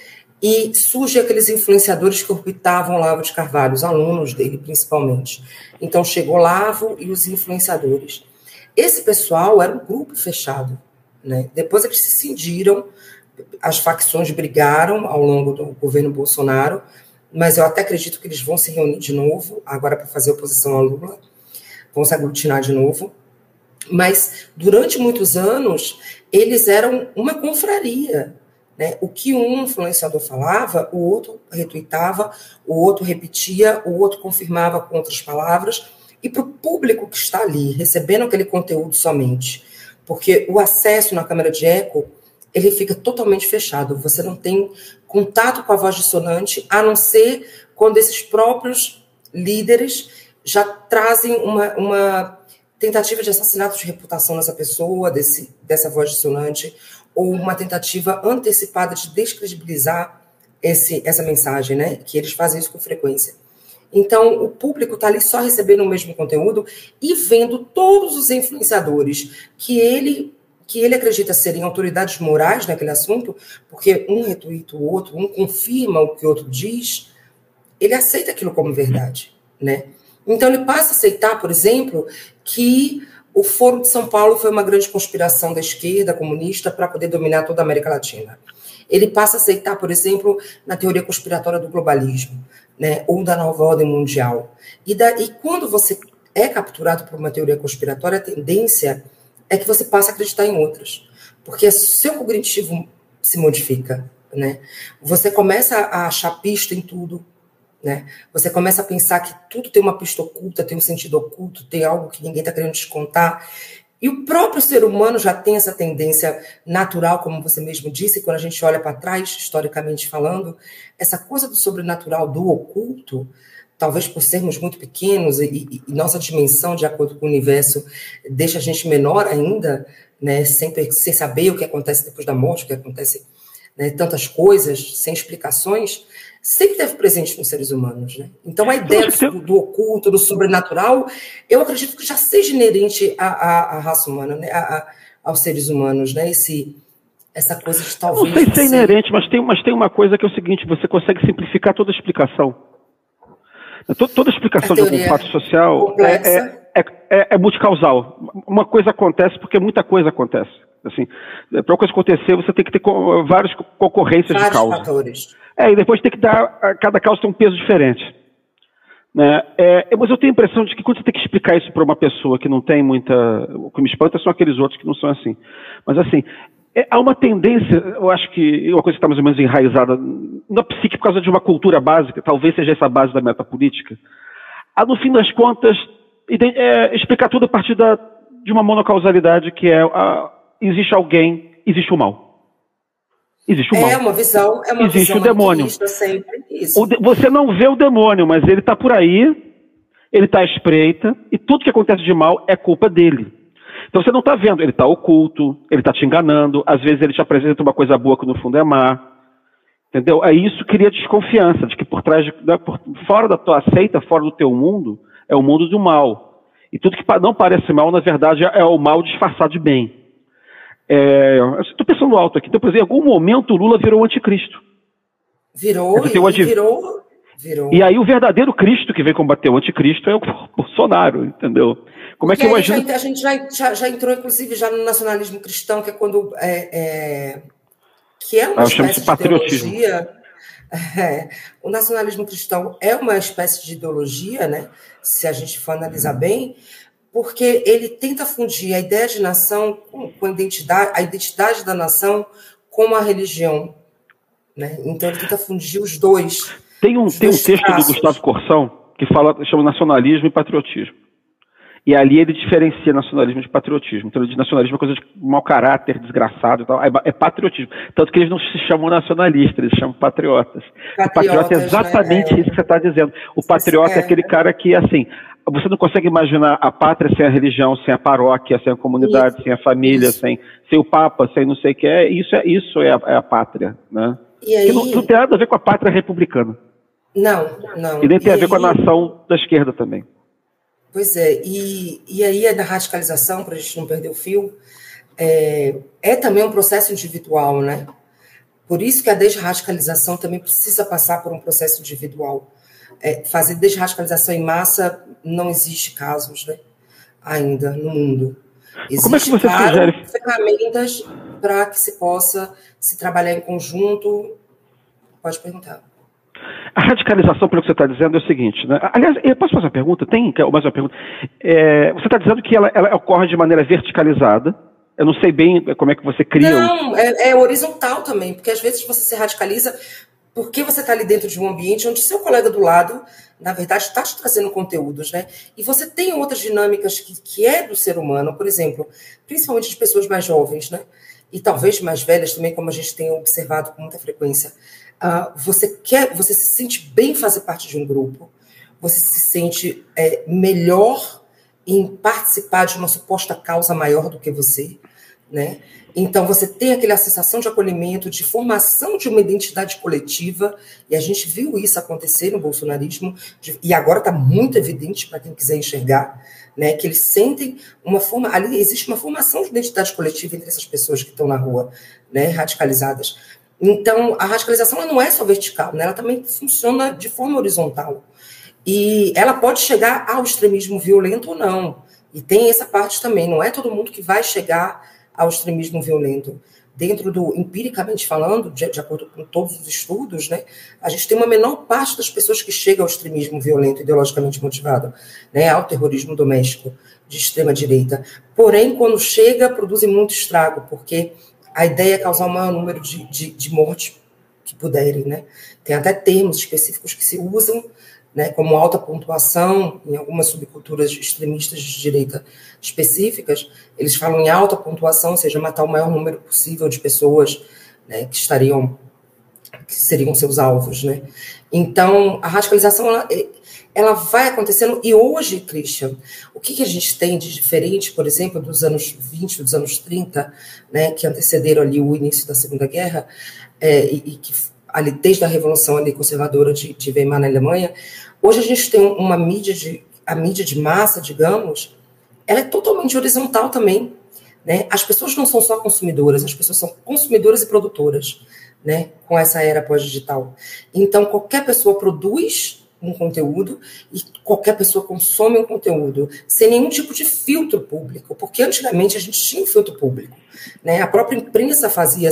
Speaker 2: E surgem aqueles influenciadores que orbitavam Olavo de Carvalho, os alunos dele, principalmente. Então, chegou Olavo e os influenciadores. Esse pessoal era um grupo fechado, né? Depois eles se cindiram, as facções brigaram ao longo do governo Bolsonaro, mas eu até acredito que eles vão se reunir de novo, agora para fazer oposição ao Lula, vão se aglutinar de novo. Mas, durante muitos anos, eles eram uma confraria, né? O que um influenciador falava, o outro retuitava, o outro repetia, o outro confirmava com outras palavras, e para o público que está ali, recebendo aquele conteúdo somente, porque o acesso na câmara de eco, ele fica totalmente fechado, você não tem contato com a voz dissonante, a não ser quando esses próprios líderes já trazem uma tentativa de assassinato de reputação nessa pessoa, dessa voz dissonante, ou uma tentativa antecipada de descredibilizar essa mensagem, né? Que eles fazem isso com frequência. Então, o público está ali só recebendo o mesmo conteúdo e vendo todos os influenciadores que ele acredita serem autoridades morais naquele assunto, porque um retuita o outro, um confirma o que o outro diz, ele aceita aquilo como verdade, né? Então, ele passa a aceitar, por exemplo, que o Foro de São Paulo foi uma grande conspiração da esquerda comunista para poder dominar toda a América Latina. Ele passa a aceitar, por exemplo, na teoria conspiratória do globalismo, né, ou da nova ordem mundial. E quando você é capturado por uma teoria conspiratória, a tendência é que você passe a acreditar em outras. Porque seu cognitivo se modifica, né? Você começa a achar pista em tudo, né? Você começa a pensar que tudo tem uma pista oculta, tem um sentido oculto, tem algo que ninguém está querendo te contar. E o próprio ser humano já tem essa tendência natural, como você mesmo disse, quando a gente olha para trás, historicamente falando, essa coisa do sobrenatural, do oculto, talvez por sermos muito pequenos e nossa dimensão, de acordo com o universo, deixa a gente menor ainda, né, sem saber o que acontece depois da morte, o que acontece, né, tantas coisas, sem explicações, sempre esteve presente nos seres humanos, né? Então, a ideia do oculto, do sobrenatural, eu acredito que já seja inerente à raça humana, né? Aos seres humanos, né? Essa coisa de talvez...
Speaker 1: Não sei se é inerente, mas tem uma coisa que é o seguinte, você consegue simplificar toda a explicação. Toda explicação de algum fato social é multicausal. Uma coisa acontece porque muita coisa acontece. Assim, para uma coisa acontecer, você tem que ter várias concorrências de causa.
Speaker 2: Fatores.
Speaker 1: E depois tem que dar... Cada causa tem um peso diferente. Né? Mas eu tenho a impressão de que quando você tem que explicar isso para uma pessoa que não tem muita... O que me espanta são aqueles outros que não são assim. Mas assim, há uma tendência, eu acho que uma coisa que está mais ou menos enraizada na psique por causa de uma cultura básica, talvez seja essa base da metapolítica, no fim das contas, explicar tudo a partir de uma monocausalidade que existe alguém, existe o mal. Existe o mal.
Speaker 2: É uma visão
Speaker 1: existe o demônio.
Speaker 2: Sempre isso.
Speaker 1: Você não vê o demônio, mas ele está por aí, ele está à espreita, e tudo que acontece de mal é culpa dele. Então você não está vendo, ele está oculto, ele está te enganando, às vezes ele te apresenta uma coisa boa que no fundo é má. Entendeu? Aí isso cria desconfiança de que fora da tua seita, fora do teu mundo, é o mundo do mal. E tudo que não parece mal, na verdade, é o mal disfarçado de bem. Estou pensando alto aqui. Então, por exemplo, em algum momento o Lula virou o anticristo.
Speaker 2: Virou.
Speaker 1: E aí o verdadeiro Cristo que vem combater o anticristo é o Bolsonaro, entendeu? Como é que eu imagino...
Speaker 2: A gente já entrou, inclusive, já no nacionalismo cristão, que é quando... que é uma espécie de ideologia... o nacionalismo cristão é uma espécie de ideologia, né? Se a gente for analisar bem... porque ele tenta fundir a ideia de nação com a identidade da nação com a religião. Né? Então, ele tenta fundir os dois.
Speaker 1: Tem um texto do Gustavo Corsão que chama nacionalismo e patriotismo. E ali ele diferencia nacionalismo de patriotismo. Então, ele diz nacionalismo é coisa de mau caráter, desgraçado e tal. É patriotismo. Tanto que eles não se chamam nacionalistas, eles se chamam patriotas. O patriota é exatamente isso que você está dizendo. O patriota é aquele cara que, assim... Você não consegue imaginar a pátria sem a religião, sem a paróquia, sem a comunidade, sem a família, sem o Papa, sem não sei o que é. Isso é a pátria, né? E aí... não tem nada a ver com a pátria republicana.
Speaker 2: Não.
Speaker 1: E nem tem a ver com a nação da esquerda também.
Speaker 2: Pois é. E aí a radicalização, para a gente não perder o fio, é também um processo individual, né? Por isso que a desradicalização também precisa passar por um processo individual. Fazer desradicalização em massa, não existe casos, né? Ainda no mundo.
Speaker 1: Como é que você sugere?
Speaker 2: Ferramentas para que se possa se trabalhar em conjunto. Pode perguntar.
Speaker 1: A radicalização, pelo que você está dizendo, é o seguinte, né? Aliás, eu posso fazer uma pergunta? Tem mais uma pergunta. Você está dizendo que ela ocorre de maneira verticalizada. Eu não sei bem como é que você cria...
Speaker 2: Não, é horizontal também, porque às vezes você se radicaliza... porque você está ali dentro de um ambiente onde seu colega do lado, na verdade, está te trazendo conteúdos, né? E você tem outras dinâmicas que é do ser humano, por exemplo, principalmente de pessoas mais jovens, né? E talvez mais velhas também, como a gente tem observado com muita frequência. Você se sente bem fazer parte de um grupo, você se sente melhor em participar de uma suposta causa maior do que você, né? Então, você tem aquela sensação de acolhimento, de formação de uma identidade coletiva, e a gente viu isso acontecer no bolsonarismo, e agora está muito evidente para quem quiser enxergar, né, que eles sentem ali existe uma formação de identidade coletiva entre essas pessoas que estão na rua, né, radicalizadas. Então, a radicalização ela não é só vertical, né, ela também funciona de forma horizontal. E ela pode chegar ao extremismo violento ou não. E tem essa parte também, não é todo mundo que vai chegar ao extremismo violento. Dentro empiricamente falando, de acordo com todos os estudos, né, a gente tem uma menor parte das pessoas que chegam ao extremismo violento, ideologicamente motivado, né, ao terrorismo doméstico de extrema-direita. Porém, quando chega, produzem muito estrago, porque a ideia é causar o maior número de mortes que puderem, né? Tem até termos específicos que se usam, né, como alta pontuação, em algumas subculturas extremistas de direita específicas, eles falam em alta pontuação, ou seja, matar o maior número possível de pessoas, né, que seriam seus alvos, né? Então, a radicalização, ela vai acontecendo, e hoje, Christian, o que a gente tem de diferente, por exemplo, dos anos 20, dos anos 30, né, que antecederam ali o início da Segunda Guerra, e que ali, desde a Revolução ali, conservadora de Weimar na Alemanha, hoje a gente tem a mídia de massa, digamos, ela é totalmente horizontal também, né? As pessoas não são só consumidoras, as pessoas são consumidoras e produtoras, né, com essa era pós-digital. Então, qualquer pessoa produz um conteúdo e qualquer pessoa consome um conteúdo sem nenhum tipo de filtro público, porque antigamente a gente tinha um filtro público, né? A própria imprensa fazia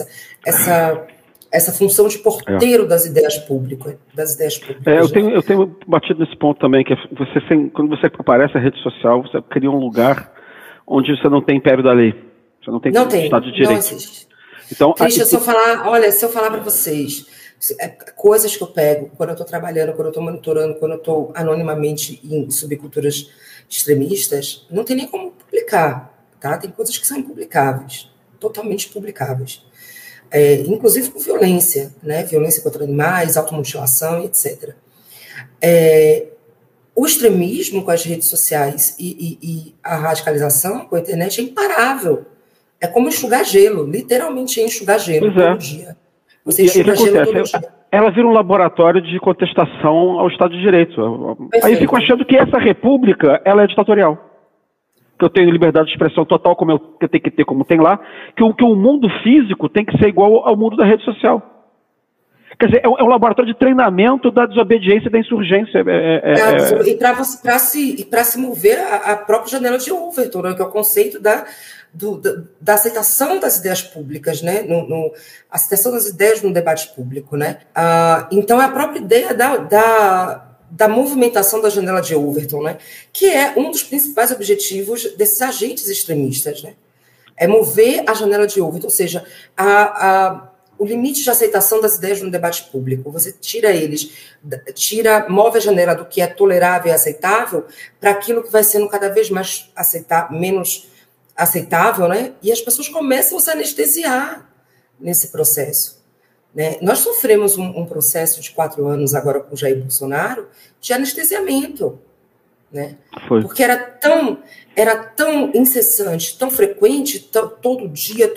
Speaker 2: essa função de porteiro das ideias públicas.
Speaker 1: Eu tenho batido nesse ponto também, que quando você aparece na rede social, você cria um lugar onde você não tem império da lei, você não tem Estado de Direito. Não existe. Então,
Speaker 2: Christian, se eu falar para vocês, coisas que eu pego quando eu estou trabalhando, quando eu estou monitorando, quando eu estou anonimamente em subculturas extremistas, não tem nem como publicar, tá? Tem coisas que são impublicáveis, totalmente publicáveis. Inclusive com violência, né? Violência contra animais, automutilação, etc. O extremismo com as redes sociais e a radicalização com a internet é imparável. É como enxugar gelo, literalmente enxugar gelo todo dia. Você enxuga gelo todo dia.
Speaker 1: Ela vira um laboratório de contestação ao Estado de Direito. Perfeito. Aí fico achando que essa república, ela é ditatorial. Que eu tenho liberdade de expressão total, como eu tenho que ter, como tem lá, que o mundo físico tem que ser igual ao mundo da rede social. Quer dizer, é um laboratório de treinamento da desobediência e da insurgência.
Speaker 2: E para se mover a própria janela de Overton, né, que é o conceito da aceitação das ideias públicas, né? A aceitação das ideias no debate público, né? Então, é a própria ideia da movimentação da janela de Overton, né? Que é um dos principais objetivos desses agentes extremistas, né? É mover a janela de Overton, ou seja, o limite de aceitação das ideias no debate público. Você move a janela do que é tolerável e aceitável para aquilo que vai sendo cada vez mais menos aceitável, né? E as pessoas começam a se anestesiar nesse processo, né? Nós sofremos um processo de 4 anos agora com o Jair Bolsonaro de anestesiamento, né? Porque era tão incessante, tão frequente, todo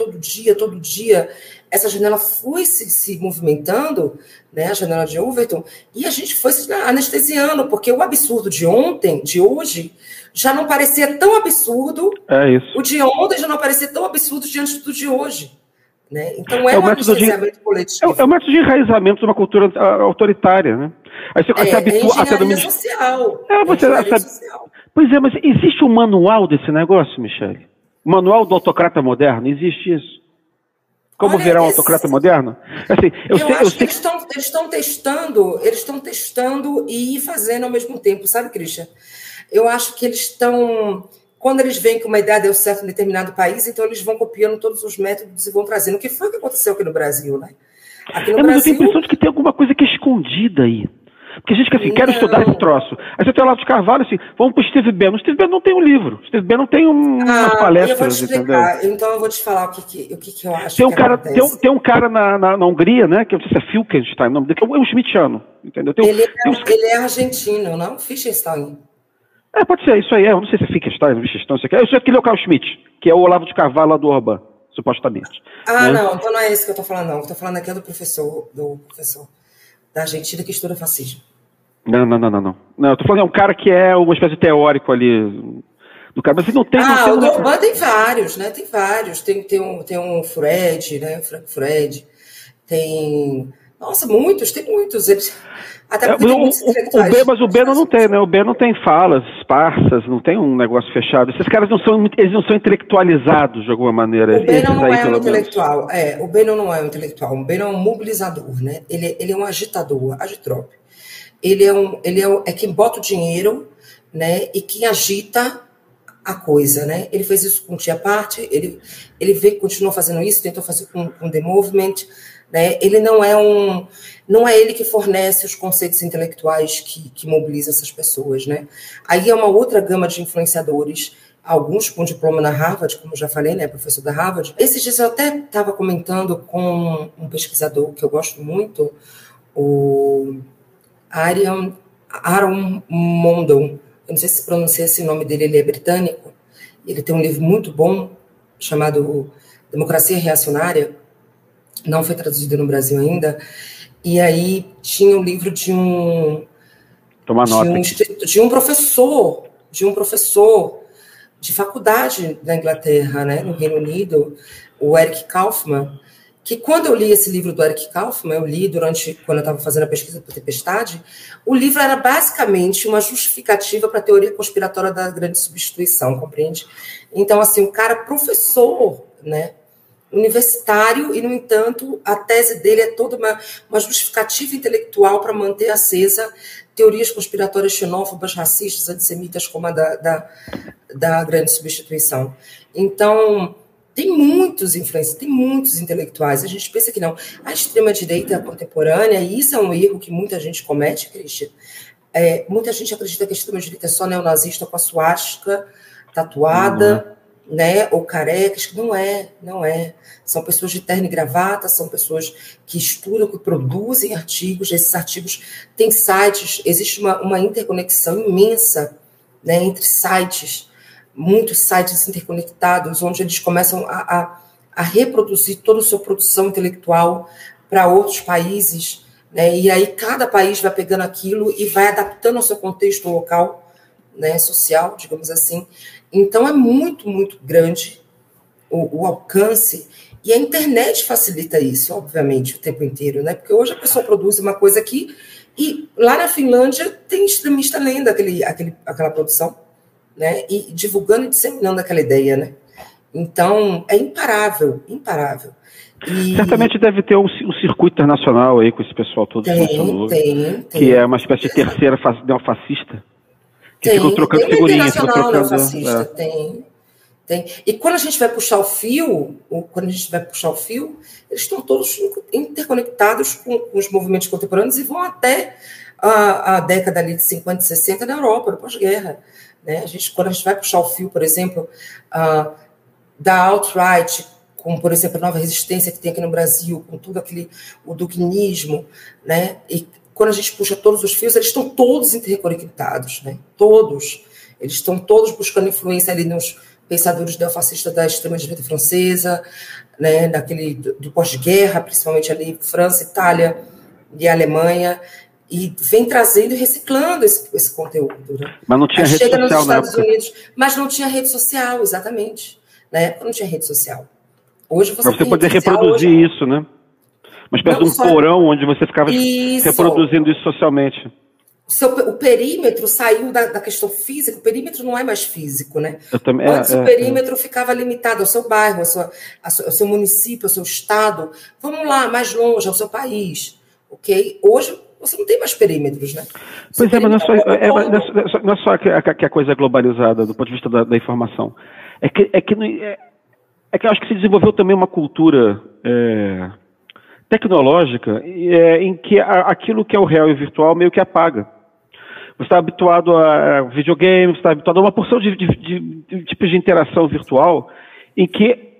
Speaker 2: dia, essa janela foi se movimentando, né, a janela de Overton, e a gente foi se anestesiando, porque o absurdo de ontem, de hoje, já não parecia tão absurdo.
Speaker 1: Isso.
Speaker 2: O de ontem já não parecia tão absurdo diante do de hoje. Né? Então um anestesiamento coletivo.
Speaker 1: É o método de enraizamento de uma cultura autoritária, né? Aí você se habitua até do
Speaker 2: social.
Speaker 1: Social. Pois é, mas existe um manual desse negócio, Michele? O manual do autocrata moderno? Existe isso? Como virar um autocrata moderno? Assim, eu sei que
Speaker 2: eles estão testando e fazendo ao mesmo tempo, sabe, Christian? Eu acho que eles estão... Quando eles veem que uma ideia deu certo em determinado país, então eles vão copiando todos os métodos e vão trazendo. O que foi que aconteceu aqui no Brasil, né?
Speaker 1: Mas eu tenho a impressão de que tem alguma coisa que é escondida aí. Porque a gente quer assim, quero estudar esse troço. Aí você tem o Olavo de Carvalho, assim, vamos para o Steve Bannon. O Steve Bannon não tem um livro. O Steve Bannon tem umas palestras,
Speaker 2: eu vou te explicar.
Speaker 1: Entendeu?
Speaker 2: Então eu vou te falar o que eu acho
Speaker 1: tem um cara na Hungria, né, que eu não sei se é Filkenstein, o nome dele, que é um schmittiano, entendeu?
Speaker 2: Ele é argentino, não? Fischenstein.
Speaker 1: Pode ser, isso aí. Eu não sei se é Fischenstein, isso aqui. Eu sei que ele é o Carl Schmitt, que é o Olavo de Carvalho lá do Orbán, supostamente. Né?
Speaker 2: Não, então não é esse que eu estou falando, não. Eu estou falando aqui é do professor da Argentina que estuda fascismo.
Speaker 1: Não. Não, eu estou falando, é um cara que é uma espécie de teórico ali do cara, mas não tem...
Speaker 2: o do Orbán tem vários, né? Tem vários. Tem um Fred, né? Frank Fred. Tem... Nossa, muitos, tem muitos. Até porque tem muitos intelectuais.
Speaker 1: Mas o Bannon não tem, né? O Bannon tem falas esparsas, não tem um negócio fechado. Esses caras não são intelectualizados de alguma maneira.
Speaker 2: O Bannon não é um intelectual. O Bannon não é um intelectual. O Bannon é um mobilizador, né? Ele é um agitador, agitrópio. Ele é quem bota o dinheiro, né? E quem agita a coisa, né? Ele fez isso com Tia Party, ele continuou fazendo isso, tentou fazer com The Movement, né? Ele não é ele que fornece os conceitos intelectuais que mobilizam essas pessoas, né? Aí é uma outra gama de influenciadores, alguns com diploma na Harvard, como eu já falei, né, professor da Harvard. Esses dias eu até estava comentando com um pesquisador que eu gosto muito, o Aaron Mondon. Eu não sei se pronuncia esse nome dele, ele é britânico. Ele tem um livro muito bom chamado Democracia Reacionária, não foi traduzido no Brasil ainda. E aí tinha um livro de um professor de faculdade na Inglaterra, né, no Reino Unido, o Eric Kaufmann, que quando eu li esse livro do Eric Kaufmann, eu li quando eu estava fazendo a pesquisa por Tempestade, o livro era basicamente uma justificativa para a teoria conspiratória da grande substituição, compreende? Então, assim, o cara professor, né, universitário, e, no entanto, a tese dele é toda uma justificativa intelectual para manter acesa teorias conspiratórias xenófobas, racistas, antissemitas, como a da grande substituição. Então, tem muitos influencers, tem muitos intelectuais. A gente pensa que não. A extrema-direita contemporânea, e isso é um erro que muita gente comete, Christian, muita gente acredita que a extrema-direita é só neonazista com a suástica tatuada, né, ou carecas. Não é. São pessoas de terno e gravata, são pessoas que estudam, que produzem artigos. Esses artigos têm sites, existe uma interconexão imensa, né, entre sites, muitos sites interconectados, onde eles começam a reproduzir toda a sua produção intelectual para outros países, né, e aí cada país vai pegando aquilo e vai adaptando ao seu contexto local, né, social, digamos assim. Então, é muito, muito grande o alcance, e a internet facilita isso, obviamente, o tempo inteiro, né? Porque hoje a pessoa produz uma coisa aqui, e lá na Finlândia tem extremista lendo aquela produção, né? E divulgando e disseminando aquela ideia, né? Então, é imparável.
Speaker 1: Certamente deve ter um circuito internacional aí com esse pessoal todo.
Speaker 2: Tem.
Speaker 1: Que é uma espécie de terceira neofascista. Que ficam trocando figurinhas.
Speaker 2: Neofascista, tem. E quando a gente vai puxar o fio, eles estão todos interconectados com os movimentos contemporâneos e vão até a década ali de 50 e 60 na Europa, no pós-guerra. Né? Quando a gente vai puxar o fio, por exemplo, da alt-right, como, por exemplo, a Nova Resistência que tem aqui no Brasil, com tudo o duquinismo, né? E quando a gente puxa todos os fios, eles estão todos interconectados, né? Todos. Eles estão todos buscando influência ali nos pensadores neofascistas da extrema-direita francesa, né? Do pós-guerra, principalmente ali França, Itália e Alemanha, e vem trazendo e reciclando esse conteúdo. Né?
Speaker 1: Mas não tinha rede social
Speaker 2: nos Estados
Speaker 1: na época.
Speaker 2: Unidos, mas não tinha rede social, exatamente. Na época não tinha rede social. Hoje
Speaker 1: para você poder reproduzir isso, né? Uma espécie de um porão onde você ficava reproduzindo isso socialmente.
Speaker 2: O perímetro saiu da questão física, o perímetro não é mais físico, né?
Speaker 1: Antes
Speaker 2: o perímetro ficava limitado ao seu bairro, ao seu município, ao seu estado. Vamos lá, mais longe, ao seu país. Ok? Hoje você não tem mais perímetros, né?
Speaker 1: Pois é, mas não é só que a coisa é globalizada do ponto de vista da informação. É que eu acho que se desenvolveu também uma cultura tecnológica em que aquilo que é o real e o virtual meio que apaga. Você está habituado a videogames, você está habituado a uma porção de tipos de interação virtual em que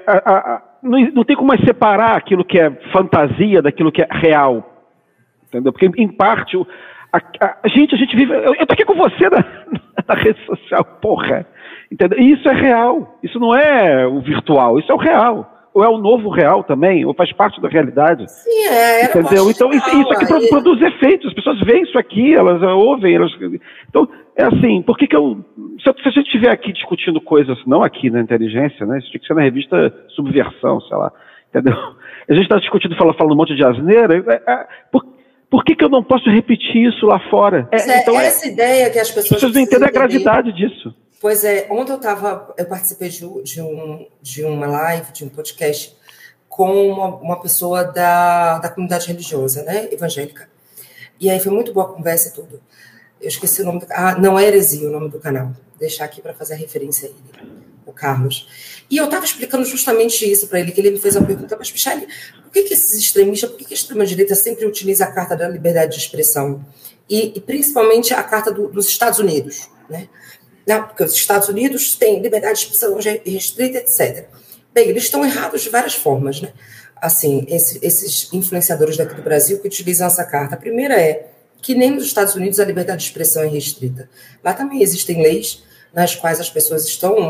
Speaker 1: não tem como mais separar aquilo que é fantasia daquilo que é real. Entendeu? Porque, em parte, a gente vive... Eu tô aqui com você na rede social, porra. Entendeu? E isso é real. Isso não é o virtual, isso é o real. Ou é o novo real também, ou faz parte da realidade.
Speaker 2: Sim,
Speaker 1: entendeu? Então, isso aqui produz efeitos. As pessoas veem isso aqui, elas ouvem. Então, é assim, por que eu... Se a gente estiver aqui discutindo coisas, não aqui na inteligência, né? Isso tinha que ser na revista Subversão, sei lá. Entendeu? A gente está discutindo, falando um monte de asneira. Por que eu não posso repetir isso lá fora?
Speaker 2: Então, essa ideia que as pessoas
Speaker 1: não entendem a gravidade disso.
Speaker 2: Pois é, ontem eu participei de uma live, de um podcast, com uma pessoa da comunidade religiosa, né, evangélica. E aí foi muito boa a conversa e tudo. Eu esqueci o nome do... não é Heresia o nome do canal. Vou deixar aqui para fazer a referência a ele, o Carlos. E eu estava explicando justamente isso para ele, que ele me fez uma pergunta, mas, Michele, por que esses extremistas, por que a extrema-direita sempre utiliza a Carta da Liberdade de Expressão? E principalmente a Carta dos Estados Unidos, né? Não, porque os Estados Unidos têm liberdade de expressão restrita, etc. Bem, eles estão errados de várias formas, né? Assim, esses influenciadores daqui do Brasil que utilizam essa carta. A primeira é que nem nos Estados Unidos a liberdade de expressão é restrita. Lá também existem leis nas quais as pessoas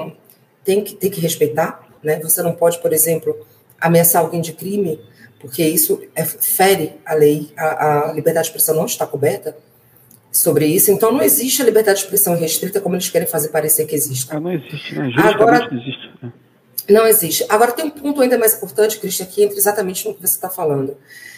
Speaker 2: têm que respeitar, né? Você não pode, por exemplo, ameaçar alguém de crime, porque isso fere a lei, a liberdade de expressão não está coberta sobre isso. Então, não existe a liberdade de expressão restrita como eles querem fazer parecer que existe.
Speaker 1: Não existe, né? Juridicamente não existe.
Speaker 2: Não existe. Agora, tem um ponto ainda mais importante, Cristian, que entra exatamente no que você está falando.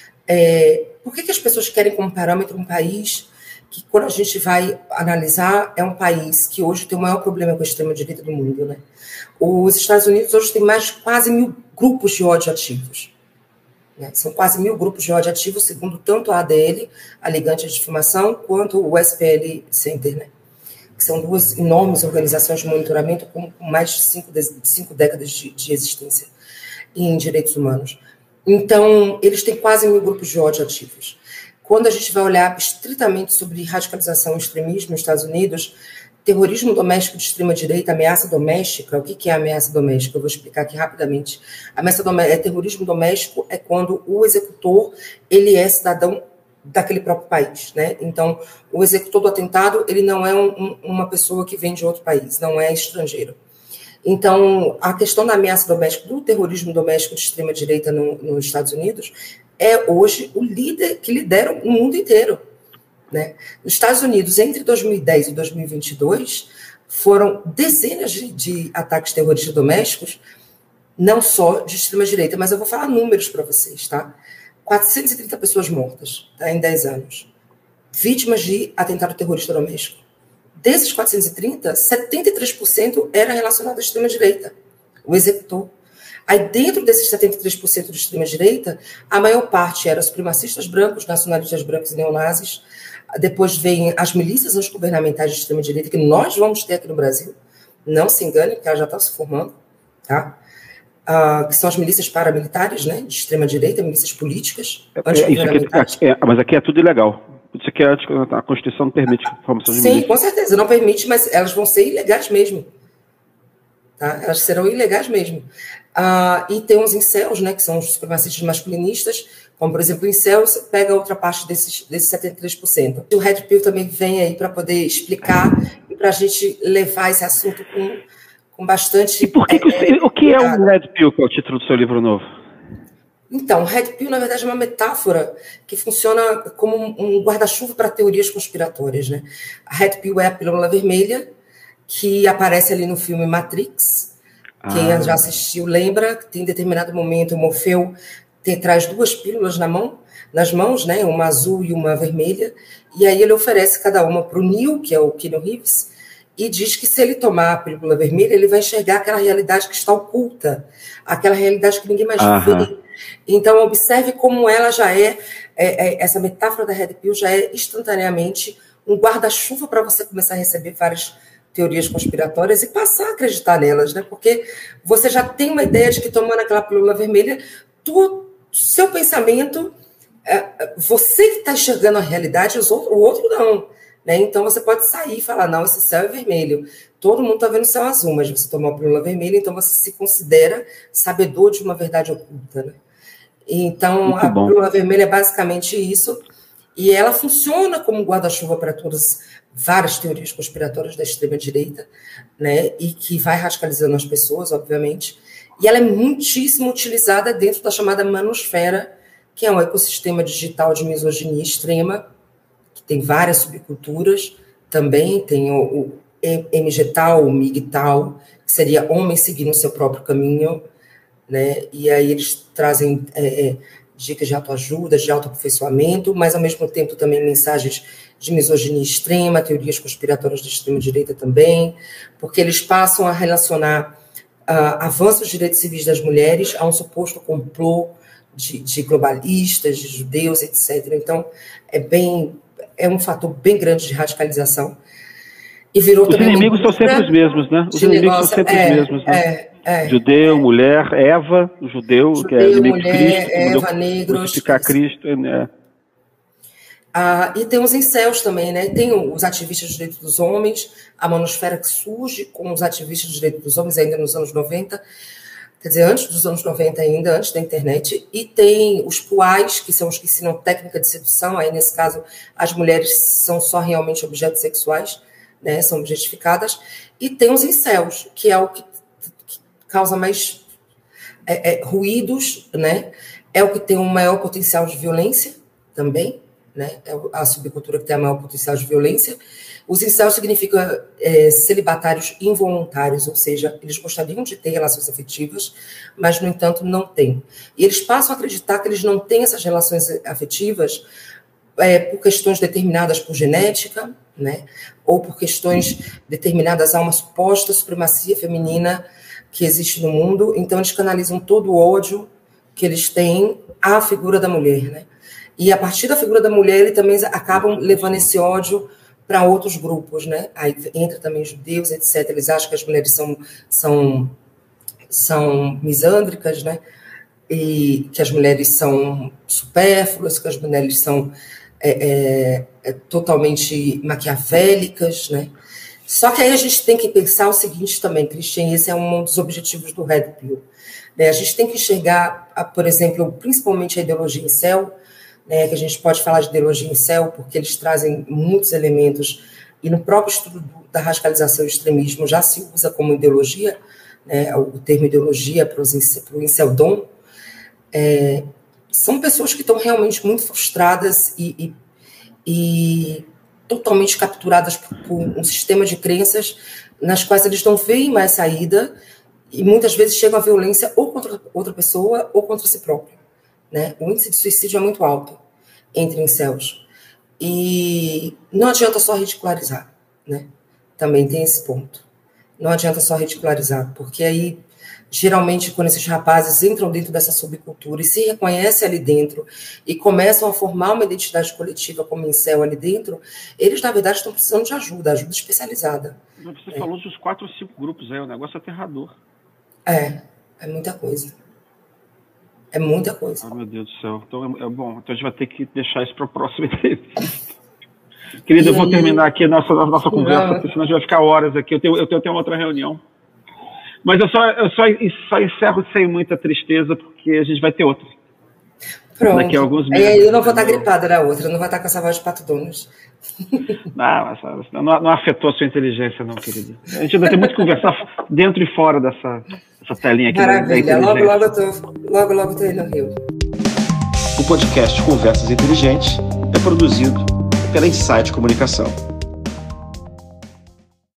Speaker 2: Por que as pessoas querem como parâmetro um país que, quando a gente vai analisar, é um país que hoje tem o maior problema com a extrema-direita do mundo, né? Os Estados Unidos hoje têm mais de quase 1.000 grupos de ódio ativos. Né? São quase 1.000 grupos de ódio ativos, segundo tanto a ADL, a Liga Antidifamação, quanto o SPL Center, né? Que são duas enormes organizações de monitoramento com mais de 5 décadas de existência em direitos humanos. Então, eles têm quase 1.000 grupos de ódio ativos. Quando a gente vai olhar estritamente sobre radicalização e extremismo nos Estados Unidos, terrorismo doméstico de extrema-direita, ameaça doméstica, o que é ameaça doméstica? Eu vou explicar aqui rapidamente. Terrorismo doméstico é quando o executor ele é cidadão daquele próprio país, né? Então, o executor do atentado, ele não é uma pessoa que vem de outro país, não é estrangeiro. Então, a questão da ameaça doméstica, do terrorismo doméstico de extrema-direita nos Estados Unidos, é hoje o líder que lidera o mundo inteiro, né? Nos Estados Unidos, entre 2010 e 2022, foram dezenas de ataques terroristas domésticos, não só de extrema-direita, mas eu vou falar números para vocês, tá? 430 pessoas mortas, tá, em 10 anos, vítimas de atentado terrorista doméstico. Desses 430, 73% era relacionado à extrema-direita, o executor. Aí, dentro desses 73% de extrema-direita, a maior parte eram supremacistas brancos, nacionalistas brancos e neonazis. Depois vem as milícias antigovernamentais de extrema-direita, que nós vamos ter aqui no Brasil. Não se engane, porque ela já está se formando, tá? Que são as milícias paramilitares, né, de extrema-direita, milícias políticas, antigovernamentais.
Speaker 1: Mas aqui é tudo ilegal. Isso aqui a Constituição não permite a formação de milícias.
Speaker 2: Sim, com certeza, não permite, mas elas vão ser ilegais mesmo. Tá? Elas serão ilegais mesmo. E tem os incels, né, que são os supremacistas masculinistas, como, por exemplo, o incels pega outra parte desses 73%. O Red Pill também vem aí para poder explicar e para a gente levar esse assunto com bastante...
Speaker 1: E por que o que é um Red Pill, que é o título do seu livro novo?
Speaker 2: Então, o Red Pill, na verdade, é uma metáfora que funciona como um guarda-chuva para teorias conspiratórias, né? A Red Pill é a pílula vermelha, que aparece ali no filme Matrix. Quem já assistiu lembra que em determinado momento o Morfeu traz 2 pílulas nas mãos, né? Uma azul e uma vermelha, e aí ele oferece cada uma para o Neo, que é o Keanu Reeves, e diz que se ele tomar a pílula vermelha, ele vai enxergar aquela realidade que está oculta, aquela realidade que ninguém mais vê. Então, observe como ela já essa metáfora da Red Pill já é instantaneamente um guarda-chuva para você começar a receber várias teorias conspiratórias e passar a acreditar nelas, né? Porque você já tem uma ideia de que tomando aquela pílula vermelha, seu pensamento, você que está enxergando a realidade, o outro não. Né? Então, você pode sair e falar, não, esse céu é vermelho. Todo mundo está vendo o céu azul, mas você tomou a pílula vermelha, então você se considera sabedor de uma verdade oculta. Né? Então, muito a bom. Pílula vermelha é basicamente isso, e ela funciona como guarda-chuva para várias teorias conspiratórias da extrema-direita, né? E que vai radicalizando as pessoas, obviamente, e ela é muitíssimo utilizada dentro da chamada manosfera, que é um ecossistema digital de misoginia extrema, que tem várias subculturas, também tem o MGTOW, o MGTOW, que seria homem seguindo o seu próprio caminho, né? E aí eles trazem dicas de autoajuda, de autoaperfeiçoamento, mas ao mesmo tempo também mensagens de misoginia extrema, teorias conspiratórias de extrema-direita também, porque eles passam a relacionar avanços dos direitos civis das mulheres a um suposto complô de globalistas, de judeus, etc. Então, é bem é um fator bem grande de radicalização. E virou
Speaker 1: os inimigos são sempre os mesmos, né? Os inimigos são sempre os mesmos, né? Judeu, mulher, Eva, judeu que é inimigo de Cristo,
Speaker 2: Eva, negros.
Speaker 1: Crucificar Cristo, né?
Speaker 2: E tem os incels também, né? Tem os ativistas de direitos dos homens, a manosfera que surge com os ativistas de direitos dos homens ainda nos anos 90, quer dizer, antes dos anos 90 ainda, antes da internet, e tem os puais, que são os que ensinam técnica de sedução, aí nesse caso as mulheres são só realmente objetos sexuais, né? São objetificadas, e tem os incels, que é o que causa mais ruídos, né? É o que tem um maior potencial de violência também, né? É a subcultura que tem a maior potencial de violência. Os incels significa celibatários involuntários, ou seja, eles gostariam de ter relações afetivas, mas, no entanto, não têm. E eles passam a acreditar que eles não têm essas relações afetivas por questões determinadas por genética, né? Ou por questões determinadas a uma suposta supremacia feminina que existe no mundo. Então, eles canalizam todo o ódio que eles têm à figura da mulher, né? E a partir da figura da mulher, eles também acabam levando esse ódio para outros grupos, né? Aí entra também judeus, etc. Eles acham que as mulheres são misândricas, né? E que as mulheres são supérfluas, que as mulheres são totalmente maquiavélicas, né? Só que aí a gente tem que pensar o seguinte também, Christian, esse é um dos objetivos do Red Pill, né? A gente tem que enxergar, por exemplo, principalmente a ideologia incel, né, que a gente pode falar de ideologia incel, porque eles trazem muitos elementos, e no próprio estudo da radicalização e extremismo já se usa como ideologia, né, o termo ideologia para o inceldom. São pessoas que estão realmente muito frustradas e totalmente capturadas por um sistema de crenças nas quais eles não veem mais saída, e muitas vezes chegam à violência ou contra outra pessoa ou contra si próprio. Né? O índice de suicídio é muito alto entre incels. E não adianta só ridicularizar, né? Também tem esse ponto. Não adianta só ridicularizar, porque aí, geralmente, quando esses rapazes entram dentro dessa subcultura e se reconhecem ali dentro e começam a formar uma identidade coletiva como incel ali dentro, eles, na verdade, estão precisando de ajuda especializada.
Speaker 1: Você falou dos 4 ou 5 grupos, um negócio aterrador.
Speaker 2: É muita coisa. É muita coisa.
Speaker 1: Ah, meu Deus do céu. Então bom. Então a gente vai ter que deixar isso para o próximo entrevista. Querida, eu vou terminar aqui a nossa conversa, porque senão a gente vai ficar horas aqui. Eu tenho até uma outra reunião. Mas eu só encerro sem muita tristeza, porque a gente vai ter outra.
Speaker 2: Pronto.
Speaker 1: Daqui a alguns meses.
Speaker 2: Eu não vou estar gripada na outra, não vou estar com essa voz de Pato Donald.
Speaker 1: Não afetou a sua inteligência, não, querida. A gente ainda tem muito que conversar dentro e fora dessa telinha aqui.
Speaker 2: Maravilha, logo eu estou aí no Rio.
Speaker 3: O podcast Conversas Inteligentes é produzido pela Insight Comunicação.